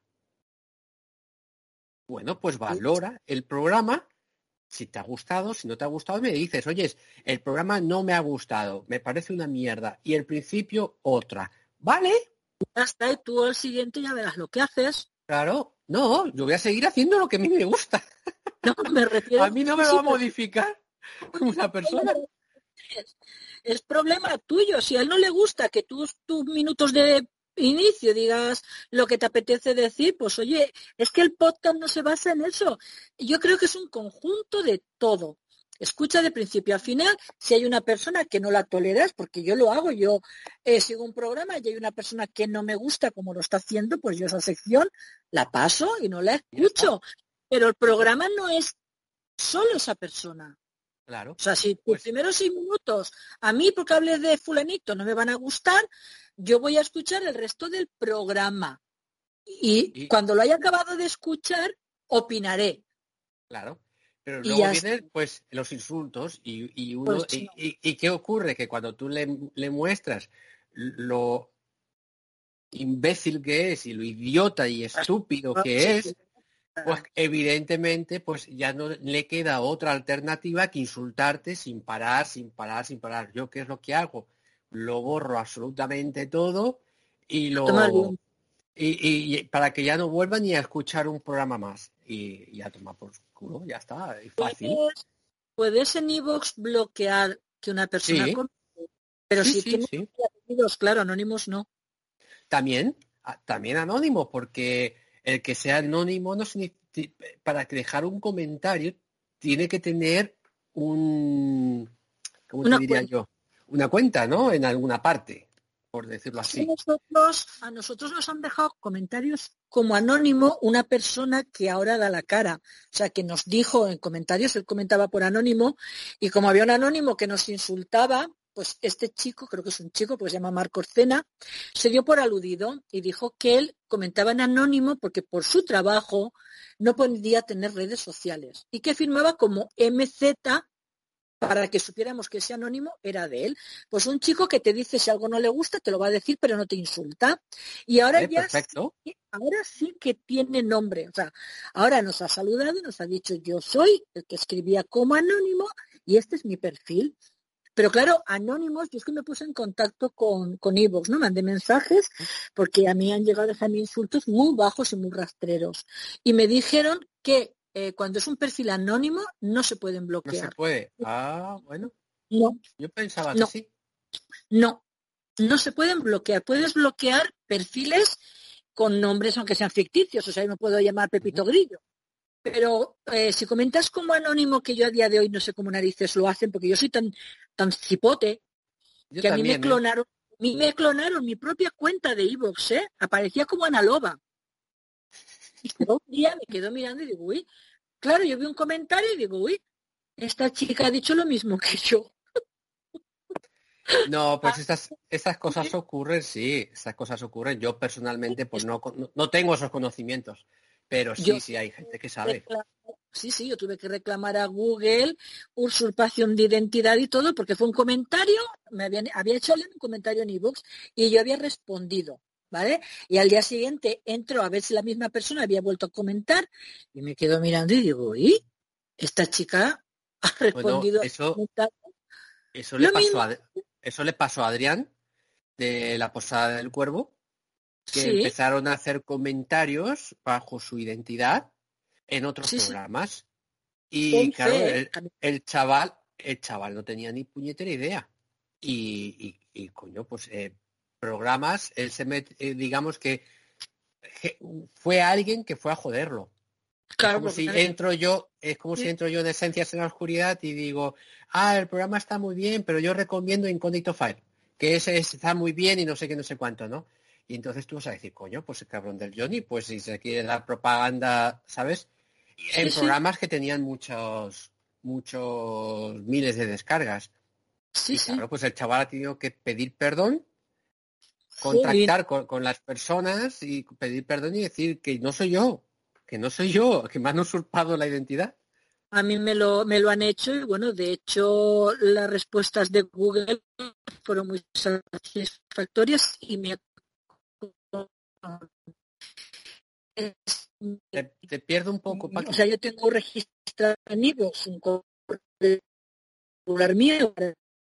Bueno, pues valora el programa, si te ha gustado, si no te ha gustado, me dices, oye, el programa no me ha gustado, me parece una mierda, y el principio otra. ¿Vale? Ya está, y tú al siguiente ya verás lo que haces. Claro, no, yo voy a seguir haciendo lo que a mí me gusta. No, me refiero... A mí no me va a modificar una persona. Es problema tuyo. Si a él no le gusta que tus minutos de inicio digas lo que te apetece decir, pues oye, es que el podcast no se basa en eso. Yo creo que es un conjunto de todo. Escucha de principio a final. Si hay una persona que no la toleras, porque yo lo hago, yo sigo un programa y hay una persona que no me gusta como lo está haciendo, pues yo esa sección la paso y no la escucho. Pero el programa no es solo esa persona. Claro. O sea, si tus primeros 6 minutos a mí, porque hables de fulanito, no me van a gustar, yo voy a escuchar el resto del programa. Y cuando lo haya acabado de escuchar, opinaré. Claro. Pero luego vienen pues los insultos y uno pues, y ¿qué ocurre? Que cuando tú le muestras lo imbécil que es y lo idiota y estúpido que es, pues evidentemente pues ya no le queda otra alternativa que insultarte sin parar. Yo, ¿qué es lo que hago? Lo borro absolutamente todo y y para que ya no vuelva ni a escuchar un programa más. Y ya toma por culo, ya está, es fácil. Puedes en iVoox bloquear que una persona pero si tiene apellidos, claro, anónimos no. También anónimo, porque el que sea anónimo no significa, para dejar un comentario tiene que tener ¿cómo te diría yo? Una cuenta, ¿no? En alguna parte, por decirlo así. A nosotros nos han dejado comentarios como anónimo una persona que ahora da la cara. O sea, que nos dijo en comentarios, él comentaba por anónimo, y como había un anónimo que nos insultaba, pues este chico, creo que es un chico, pues se llama Marco Orcena, se dio por aludido y dijo que él comentaba en anónimo porque por su trabajo no podía tener redes sociales y que firmaba como MZ para que supiéramos que ese anónimo era de él. Pues un chico que te dice si algo no le gusta, te lo va a decir, pero no te insulta. Y ahora ahora sí que tiene nombre. O sea, ahora nos ha saludado y nos ha dicho, yo soy el que escribía como anónimo y este es mi perfil. Pero claro, anónimos, yo es que me puse en contacto con iVoox, ¿no? Mandé mensajes porque a mí han llegado a dejarme insultos muy bajos y muy rastreros. Y me dijeron que cuando es un perfil anónimo no se pueden bloquear. No se puede. Ah, bueno. No. Yo pensaba que sí. No se pueden bloquear. Puedes bloquear perfiles con nombres aunque sean ficticios. O sea, yo me puedo llamar Pepito Grillo. Pero si comentas como anónimo, que yo a día de hoy no sé cómo narices lo hacen, porque yo soy tan cipote, yo que también, a mí me clonaron mi propia cuenta de iVoox, aparecía como Ana Loba. Y un día me quedo mirando y digo, uy, claro, yo vi un comentario y digo, uy, esta chica ha dicho lo mismo que yo. No, pues estas cosas ocurren, sí, estas cosas ocurren. Yo personalmente pues no tengo esos conocimientos, pero sí hay gente que sabe. Sí, yo tuve que reclamar a Google usurpación de identidad y todo, porque fue un comentario, había hecho un comentario en iVoox y yo había respondido, ¿vale? Y al día siguiente entro a ver si la misma persona había vuelto a comentar y me quedo mirando y digo, ¿y esta chica ha Bueno, respondido. eso Lo mismo, eso le pasó a Adrián de la Posada del Cuervo, que sí, empezaron a hacer comentarios bajo su identidad en otros sí, programas. Y con claro, fe, el chaval no tenía ni puñetera idea. Y coño, pues programas, él digamos que fue alguien que fue a joderlo. Es claro, como porque si también, es como si sí, entro yo en Esencias en la Oscuridad y digo, el programa está muy bien, pero yo recomiendo Incógnito File, que ese está muy bien y no sé qué, no sé cuánto, ¿no? Y entonces tú vas a decir, coño, pues el cabrón del Johnny, pues si se quiere dar propaganda, ¿sabes? sí, En sí, programas que tenían muchos miles de descargas. sí, Y sí. claro, pues el chaval ha tenido que pedir perdón, Jolín, contactar con las personas y pedir perdón y decir que no soy yo, que no soy yo, que me han usurpado la identidad. a mí me lo han hecho y bueno, de hecho las respuestas de Google fueron muy satisfactorias y Te pierdo un poco, o Paqui. sea, yo tengo registrado en iVoox un correo celular mío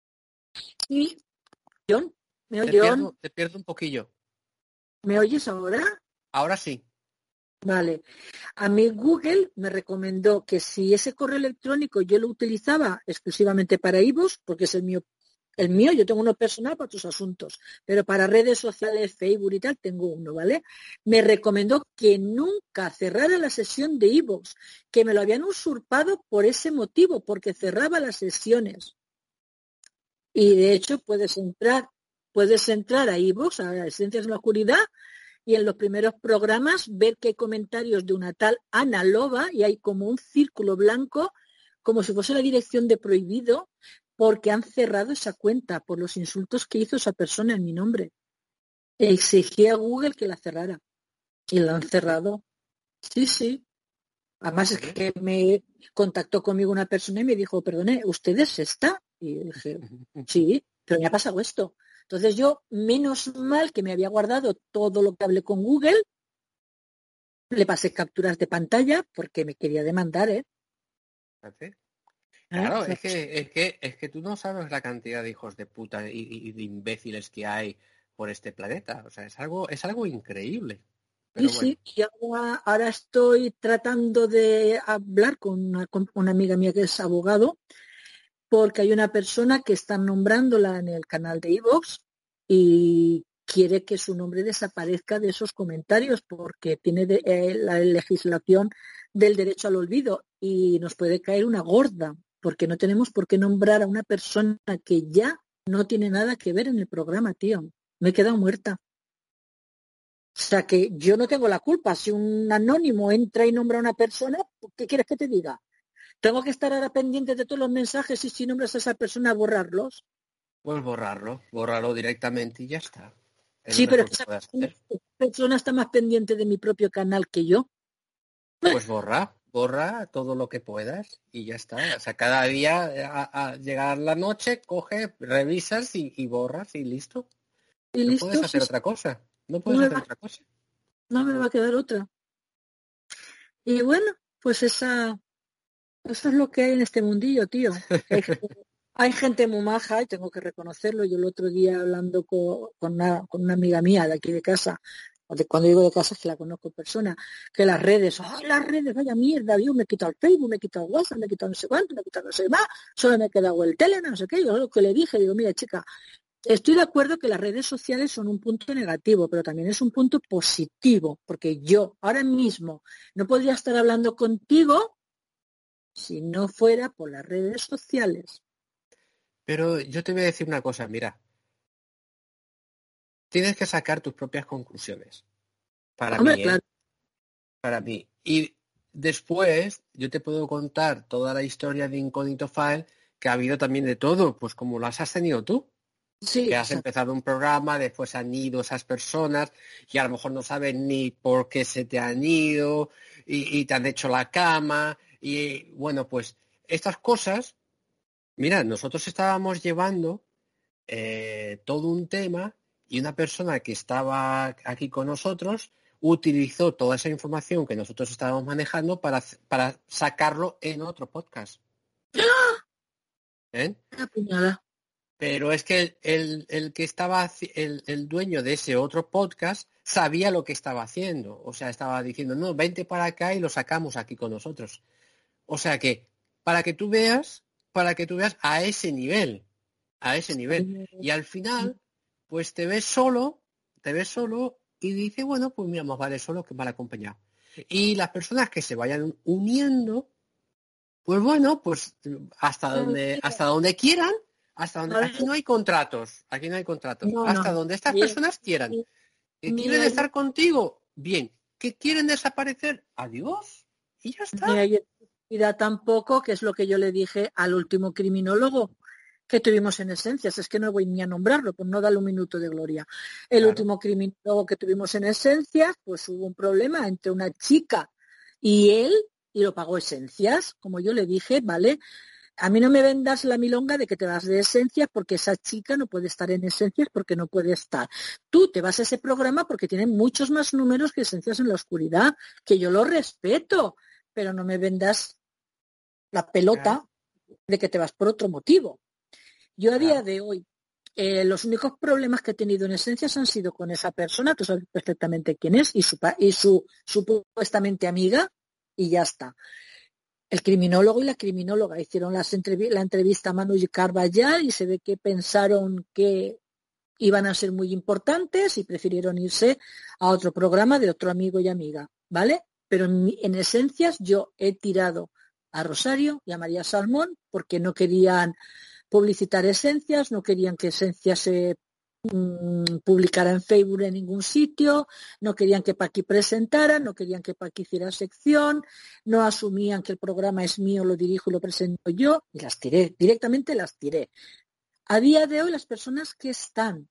y John, ¿me oyes, John? Te pierdo un poquillo. ¿Me oyes ahora? Ahora sí. Vale. A mí Google me recomendó que si ese correo electrónico yo lo utilizaba exclusivamente para iVoox, porque es el mío, yo tengo uno personal para tus asuntos, pero para redes sociales, Facebook y tal, tengo uno, ¿vale? Me recomendó que nunca cerrara la sesión de iVoox, que me lo habían usurpado por ese motivo, porque cerraba las sesiones. Y de hecho puedes entrar a iVoox, a Esencias en la Oscuridad, y en los primeros programas ver que hay comentarios de una tal Ana Loba y hay como un círculo blanco, como si fuese la dirección de prohibido, porque han cerrado esa cuenta por los insultos que hizo esa persona en mi nombre. Exigí a Google que la cerrara y la han cerrado. Sí, sí. Además es Coño. que me contactó conmigo una persona y me dijo, perdone, ¿usted es esta? Y dije, sí, pero me ha pasado esto. Entonces yo, menos mal que me había guardado todo lo que hablé con Google. Le pasé capturas de pantalla porque me quería demandar, ¿eh? Fíjate. ¿Eh? Claro, es que tú no sabes la cantidad de hijos de puta y de imbéciles que hay por este planeta. O sea, es algo increíble. Sí, Pero bueno. sí, y ahora estoy tratando de hablar con una amiga mía que es abogado, porque hay una persona que están nombrándola en el canal de iVoox y quiere que su nombre desaparezca de esos comentarios porque tiene la legislación del derecho al olvido y nos puede caer una gorda porque no tenemos por qué nombrar a una persona que ya no tiene nada que ver en el programa, tío. Me he quedado muerta. O sea que yo no tengo la culpa. Si un anónimo entra y nombra a una persona, ¿qué quieres que te diga? Tengo que estar ahora pendiente de todos los mensajes y si nombras a esa persona, borrarlos. Pues bórralo directamente y ya está. Es lo Sí, pero mejor es que que esa puedas hacer. persona está más pendiente de mi propio canal que yo. Pues borra todo lo que puedas y ya está. O sea, cada día a llegar la noche, coge, revisas y borras y listo. Y No puedes listo, sí, hacer sí, otra cosa. No no puedes me hacer va, otra cosa. no me va a quedar otra. Y bueno, pues eso es lo que hay en este mundillo, tío. Que hay gente muy maja y tengo que reconocerlo. Yo el otro día hablando con una amiga mía de aquí de casa, cuando digo de casa es que la conozco en persona, que las redes, vaya mierda, yo me he quitado el Facebook, me he quitado el WhatsApp, me he quitado no sé cuánto, me he quitado no sé más, solo me he quedado el Telegram, no sé qué. Yo lo que le dije, digo, mira chica, estoy de acuerdo que las redes sociales son un punto negativo, pero también es un punto positivo, porque yo ahora mismo no podría estar hablando contigo si no fuera por las redes sociales. Pero yo te voy a decir una cosa, mira, tienes que sacar tus propias conclusiones. Para Hombre, mí, claro, ¿eh? Para mí. Y después yo te puedo contar toda la historia de Incógnito File, que ha habido también de todo, pues como las has tenido tú. sí, Que has exacto. empezado un programa, después han ido esas personas y a lo mejor no saben ni por qué se te han ido y te han hecho la cama y bueno, pues estas cosas, mira, nosotros estábamos llevando todo un tema y una persona que estaba aquí con nosotros utilizó toda esa información que nosotros estábamos manejando para sacarlo en otro podcast. ¿Eh? Una puñalada. Pero es que el que estaba, el dueño de ese otro podcast sabía lo que estaba haciendo. O sea, estaba diciendo, no, vente para acá y lo sacamos aquí con nosotros. O sea que, para que tú veas a ese nivel, Y al final, pues te ves solo y dices, bueno, pues mira, más vale solo que mal acompañado. Y las personas que se vayan uniendo, pues bueno, pues hasta donde quieran, aquí no hay contratos, No, hasta no. donde estas Bien. personas quieran. Que Ni quieren hay, estar contigo, bien. Que quieren desaparecer, adiós. Y ya está. ni hay electricidad tampoco, que es lo que yo le dije al último criminólogo que tuvimos en Esencias. Es que no voy ni a nombrarlo, por no darle un minuto de gloria. El Claro. último criminólogo que tuvimos en Esencias, pues hubo un problema entre una chica y él, y lo pagó Esencias, como yo le dije, ¿vale? A mí no me vendas la milonga de que te vas de Esencias porque esa chica no puede estar en Esencias porque no puede estar. Tú te vas a ese programa porque tiene muchos más números que Esencias en la Oscuridad, que yo lo respeto, pero no me vendas la pelota de que te vas por otro motivo. Yo a día de hoy, los únicos problemas que he tenido en Esencias han sido con esa persona, tú sabes perfectamente quién es, y su supuestamente amiga, y ya está. El criminólogo y la criminóloga hicieron la entrevista a Manu Carballal y se ve que pensaron que iban a ser muy importantes y prefirieron irse a otro programa de otro amigo y amiga, ¿vale? Pero en Esencias yo he tirado a Rosario y a María Salmón porque no querían publicitar Esencias, no querían que Esencias se publicara en Facebook en ningún sitio, no querían que Paqui presentara, no querían que Paqui hiciera sección, no asumían que el programa es mío, lo dirijo y lo presento yo, y las tiré, directamente las tiré. A día de hoy las personas que están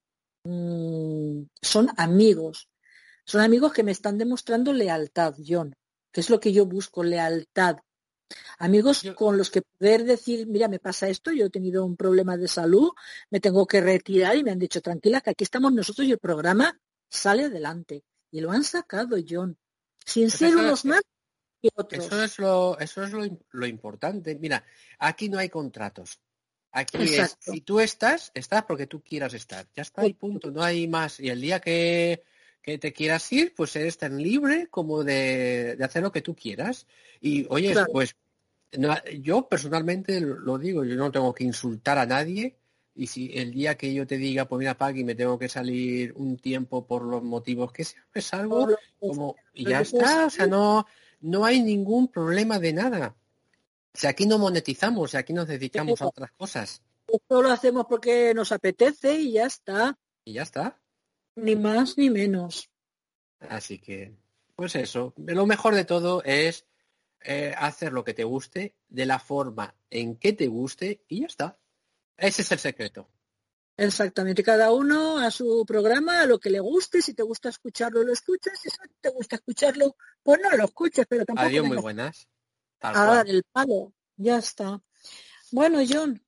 son amigos que me están demostrando lealtad, John, que es lo que yo busco, lealtad. Amigos con los que poder decir, mira, me pasa esto, yo he tenido un problema de salud, me tengo que retirar y me han dicho, tranquila, que aquí estamos nosotros y el programa sale adelante. Y lo han sacado, John, sin Pues ser unos más que otros. Eso es lo importante. Mira, aquí no hay contratos. Aquí Exacto. es, si tú estás porque tú quieras estar. Ya está, y punto. No hay más. Y el día que te quieras ir, pues eres tan libre como de hacer lo que tú quieras. Y oye, Claro. pues yo personalmente lo digo, yo no tengo que insultar a nadie. Y si el día que yo te diga, pues mira, Paqui, me tengo que salir un tiempo por los motivos que sea, pues salgo como, y ya está. O sea, no hay ningún problema de nada. Si aquí no monetizamos, si aquí nos dedicamos a otras cosas. Esto lo hacemos porque nos apetece y ya está. Y ya está. Ni más ni menos. Así que, pues eso. Lo mejor de todo es hacer lo que te guste, de la forma en que te guste, y ya está. Ese es el secreto. Exactamente, cada uno a su programa, a lo que le guste, si te gusta escucharlo, lo escuchas, si no te gusta escucharlo, pues no lo escuches, pero tampoco Adiós, muy vengas buenas. Tal a dar cual. el palo, ya está. Bueno, John,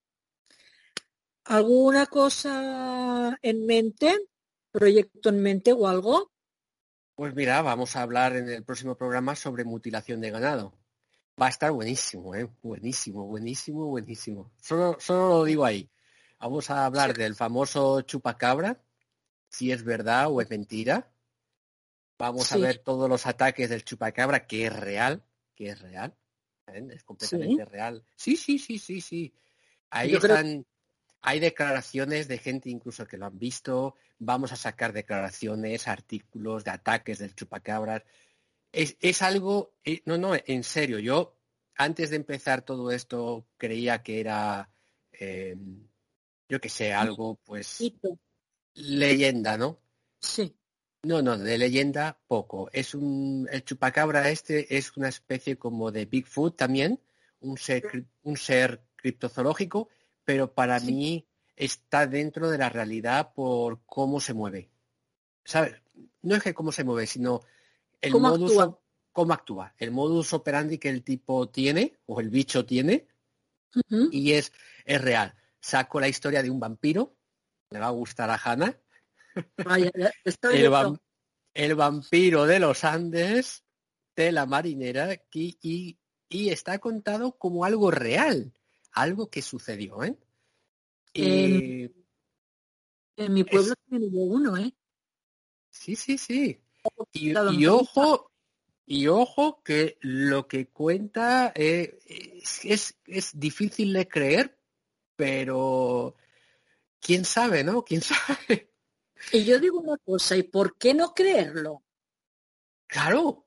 ¿alguna cosa en mente? ¿Proyecto en mente o algo? Pues mira, vamos a hablar en el próximo programa sobre mutilación de ganado. Va a estar buenísimo, ¿eh? Buenísimo, buenísimo, buenísimo. Solo lo digo ahí. Vamos a hablar del famoso chupacabra, si es verdad o es mentira. Vamos a ver todos los ataques del chupacabra, que es real, ¿eh? Es completamente real. Sí. Ahí están, hay declaraciones de gente incluso que lo han visto. Vamos a sacar declaraciones, artículos de ataques del chupacabra. Es algo, no, en serio, yo antes de empezar todo esto creía que era, yo qué sé, algo pues leyenda, ¿no? Sí. No, de leyenda poco. El chupacabra es una especie como de Bigfoot también, un ser criptozoológico, pero para mí está dentro de la realidad por cómo se mueve. ¿Sabes? No es que cómo se mueve, sino el cómo actúa, el modus operandi que el tipo tiene, o el bicho tiene, y es real. Saco la historia de un vampiro, le va a gustar a Hannah. Vaya, el vampiro de los Andes, de la marinera, y está contado como algo real. algo que sucedió, ¿eh? En mi pueblo también hubo uno, ¿eh? Sí. Y ojo que lo que cuenta es difícil de creer, pero quién sabe, ¿no? ¿Quién sabe? Y yo digo una cosa, ¿y por qué no creerlo? Claro,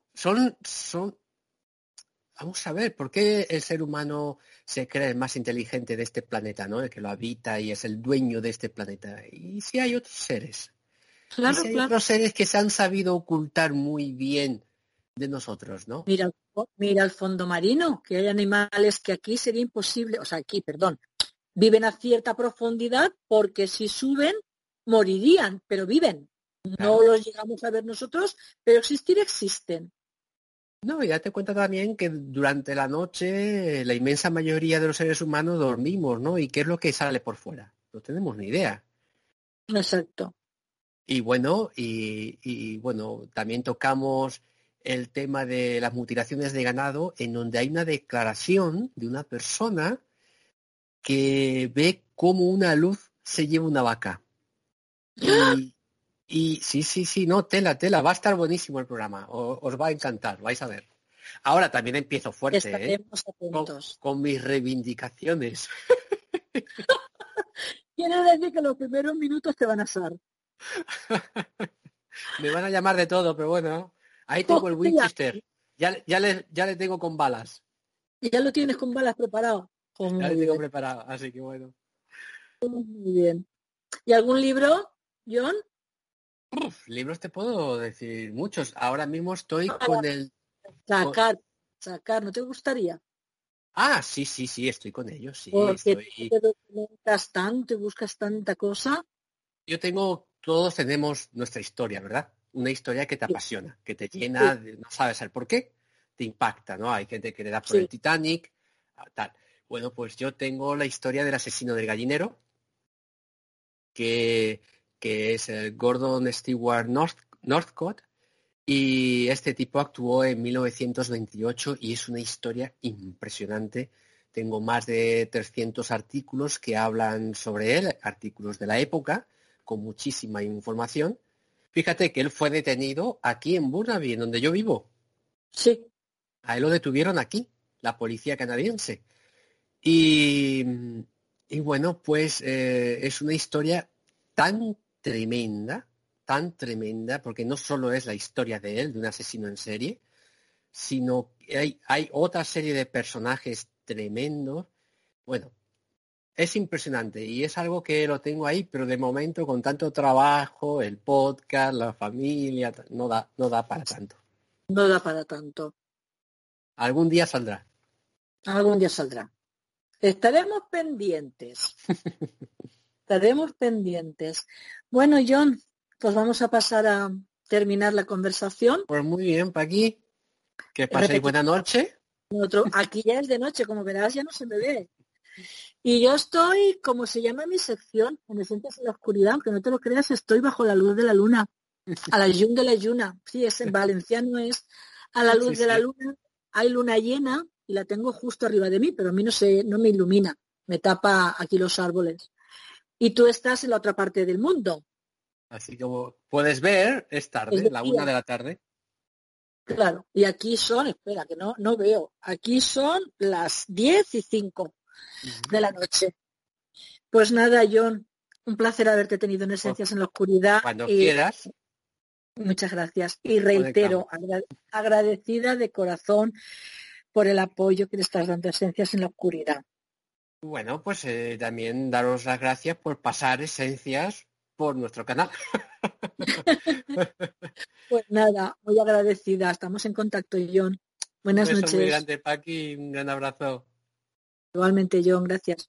vamos a ver, ¿por qué el ser humano se cree el más inteligente de este planeta, ¿no? El que lo habita y es el dueño de este planeta. ¿Y si hay otros seres? ¿Y si Claro, hay claro. otros seres que se han sabido ocultar muy bien de nosotros, ¿no? Mira el fondo marino, que hay animales que aquí sería imposible, o sea, aquí, perdón, viven a cierta profundidad porque si suben morirían, pero viven. No Claro. los llegamos a ver nosotros, pero existir existen. No, y date cuenta también que durante la noche la inmensa mayoría de los seres humanos dormimos, ¿no? ¿Y qué es lo que sale por fuera? No tenemos ni idea. Exacto. Y bueno, y bueno, también tocamos el tema de las mutilaciones de ganado, en donde hay una declaración de una persona que ve cómo una luz se lleva una vaca. Y, y sí, no, tela, va a estar buenísimo el programa, os va a encantar, vais a ver. Ahora también empiezo fuerte, ¿eh? Estaremos atentos. Con mis reivindicaciones. Quiere decir que los primeros minutos te van a asar. Me van a llamar de todo, pero bueno, ahí tengo el Winchester. Ya le tengo con balas. Ya lo tienes con balas preparado. Pues Ya muy le tengo bien, preparado, así que bueno. muy bien. ¿Y algún libro, John? Libros te puedo decir muchos. Ahora mismo estoy con el... Sacar, ¿no te gustaría? Ah, sí, estoy con ellos, sí, Porque tú estoy... te documentas tanto y buscas tanta cosa. Todos tenemos nuestra historia, ¿verdad? Una historia que te Sí, apasiona, que te llena, sí, no sabes el por qué, te impacta, ¿no? Hay gente que le da por el sí. Titanic, tal. Bueno, pues yo tengo la historia del asesino del gallinero, que, que es el Gordon Stewart Northcott, y este tipo actuó en 1928 y es una historia impresionante. Tengo más de 300 artículos que hablan sobre él, artículos de la época, con muchísima información. Fíjate que él fue detenido aquí en Burnaby, en donde yo vivo. Sí. A él lo detuvieron aquí, la policía canadiense. Y, y bueno, pues es una historia tan tan tremenda, porque no solo es la historia de él, de un asesino en serie, sino que hay otra serie de personajes tremendos. Bueno, es impresionante y es algo que lo tengo ahí, pero de momento con tanto trabajo, el podcast, la familia, no da para tanto. No da para tanto. Algún día saldrá. Algún día saldrá. Estaremos pendientes. Estaremos pendientes. Bueno, John, pues vamos a pasar a terminar la conversación. Pues muy bien, Paqui. Que paséis Repetir buena noche. aquí ya es de noche, como verás, ya no se me ve. Y yo estoy, como se llama mi sección, en Esencias en la Oscuridad, aunque no te lo creas, estoy bajo la luz de la luna, a la llum de la lluna. Sí, es en valenciano, es a la luz Sí, de la sí. luna. Hay luna llena y la tengo justo arriba de mí, pero a mí no me ilumina, me tapa aquí los árboles. Y tú estás en la otra parte del mundo. Así como puedes ver, es Es tarde, de la día, 1 de la tarde. claro. Y aquí son, espera, que no veo. Aquí son las 10:05 de la noche. Pues nada, John, un placer haberte tenido en Pues Esencias en la Oscuridad cuando y quieras, muchas gracias. Y conectamos. reitero, agradecida de corazón por el apoyo que le estás dando a Esencias en la Oscuridad. Bueno, pues también daros las gracias por pasar esencias por nuestro canal. Pues nada, muy agradecida. Estamos en contacto, John. Un Buenas beso muy noches. grande, Paqui, un gran abrazo. Igualmente, John, gracias.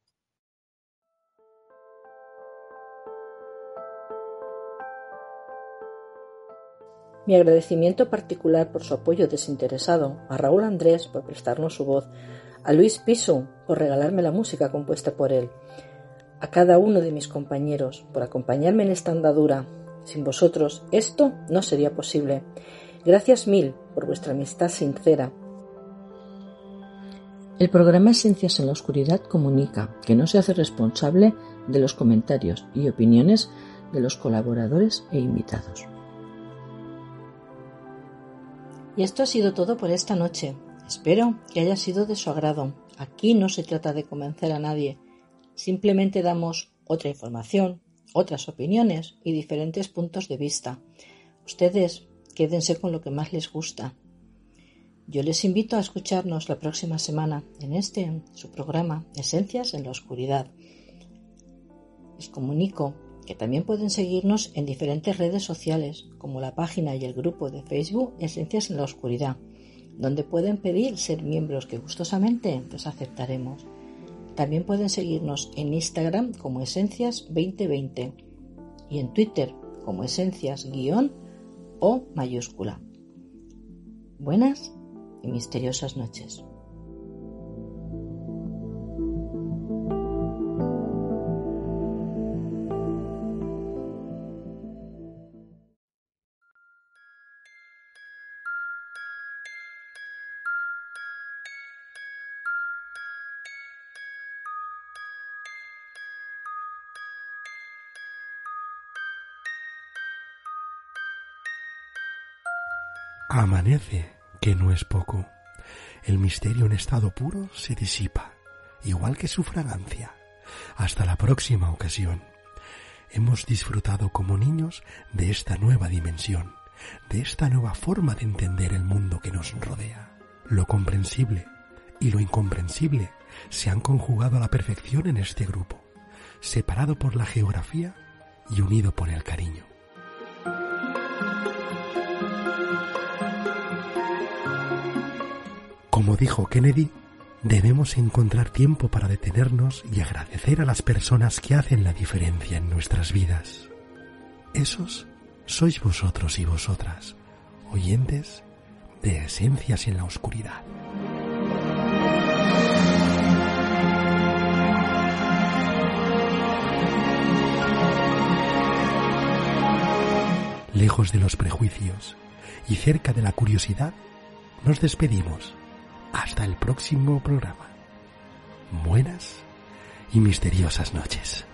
Mi agradecimiento particular por su apoyo desinteresado, a Raúl Andrés por prestarnos su voz, a Luis Piso por regalarme la música compuesta por él, a cada uno de mis compañeros por acompañarme en esta andadura. Sin vosotros esto no sería posible. Gracias mil por vuestra amistad sincera. El programa Esencias en la Oscuridad comunica que no se hace responsable de los comentarios y opiniones de los colaboradores e invitados. Y esto ha sido todo por esta noche. Espero que haya sido de su agrado. Aquí no se trata de convencer a nadie. Simplemente damos otra información, otras opiniones y diferentes puntos de vista. Ustedes quédense con lo que más les gusta. Yo les invito a escucharnos la próxima semana en su programa Esencias en la Oscuridad. Les comunico que también pueden seguirnos en diferentes redes sociales, como la página y el grupo de Facebook Esencias en la Oscuridad, donde pueden pedir ser miembros que gustosamente los aceptaremos. También pueden seguirnos en Instagram como Esencias2020 y en Twitter como Esencias_o mayúscula. Buenas y misteriosas noches. Amanece, que no es poco. El misterio en estado puro se disipa, igual que su fragancia. Hasta la próxima ocasión. Hemos disfrutado como niños de esta nueva dimensión, de esta nueva forma de entender el mundo que nos rodea. Lo comprensible y lo incomprensible se han conjugado a la perfección en este grupo, separado por la geografía y unido por el cariño. Como dijo Kennedy, debemos encontrar tiempo para detenernos y agradecer a las personas que hacen la diferencia en nuestras vidas. Esos sois vosotros y vosotras, oyentes de Esencias en la Oscuridad. Lejos de los prejuicios y cerca de la curiosidad, nos despedimos. Hasta el próximo programa. Buenas y misteriosas noches.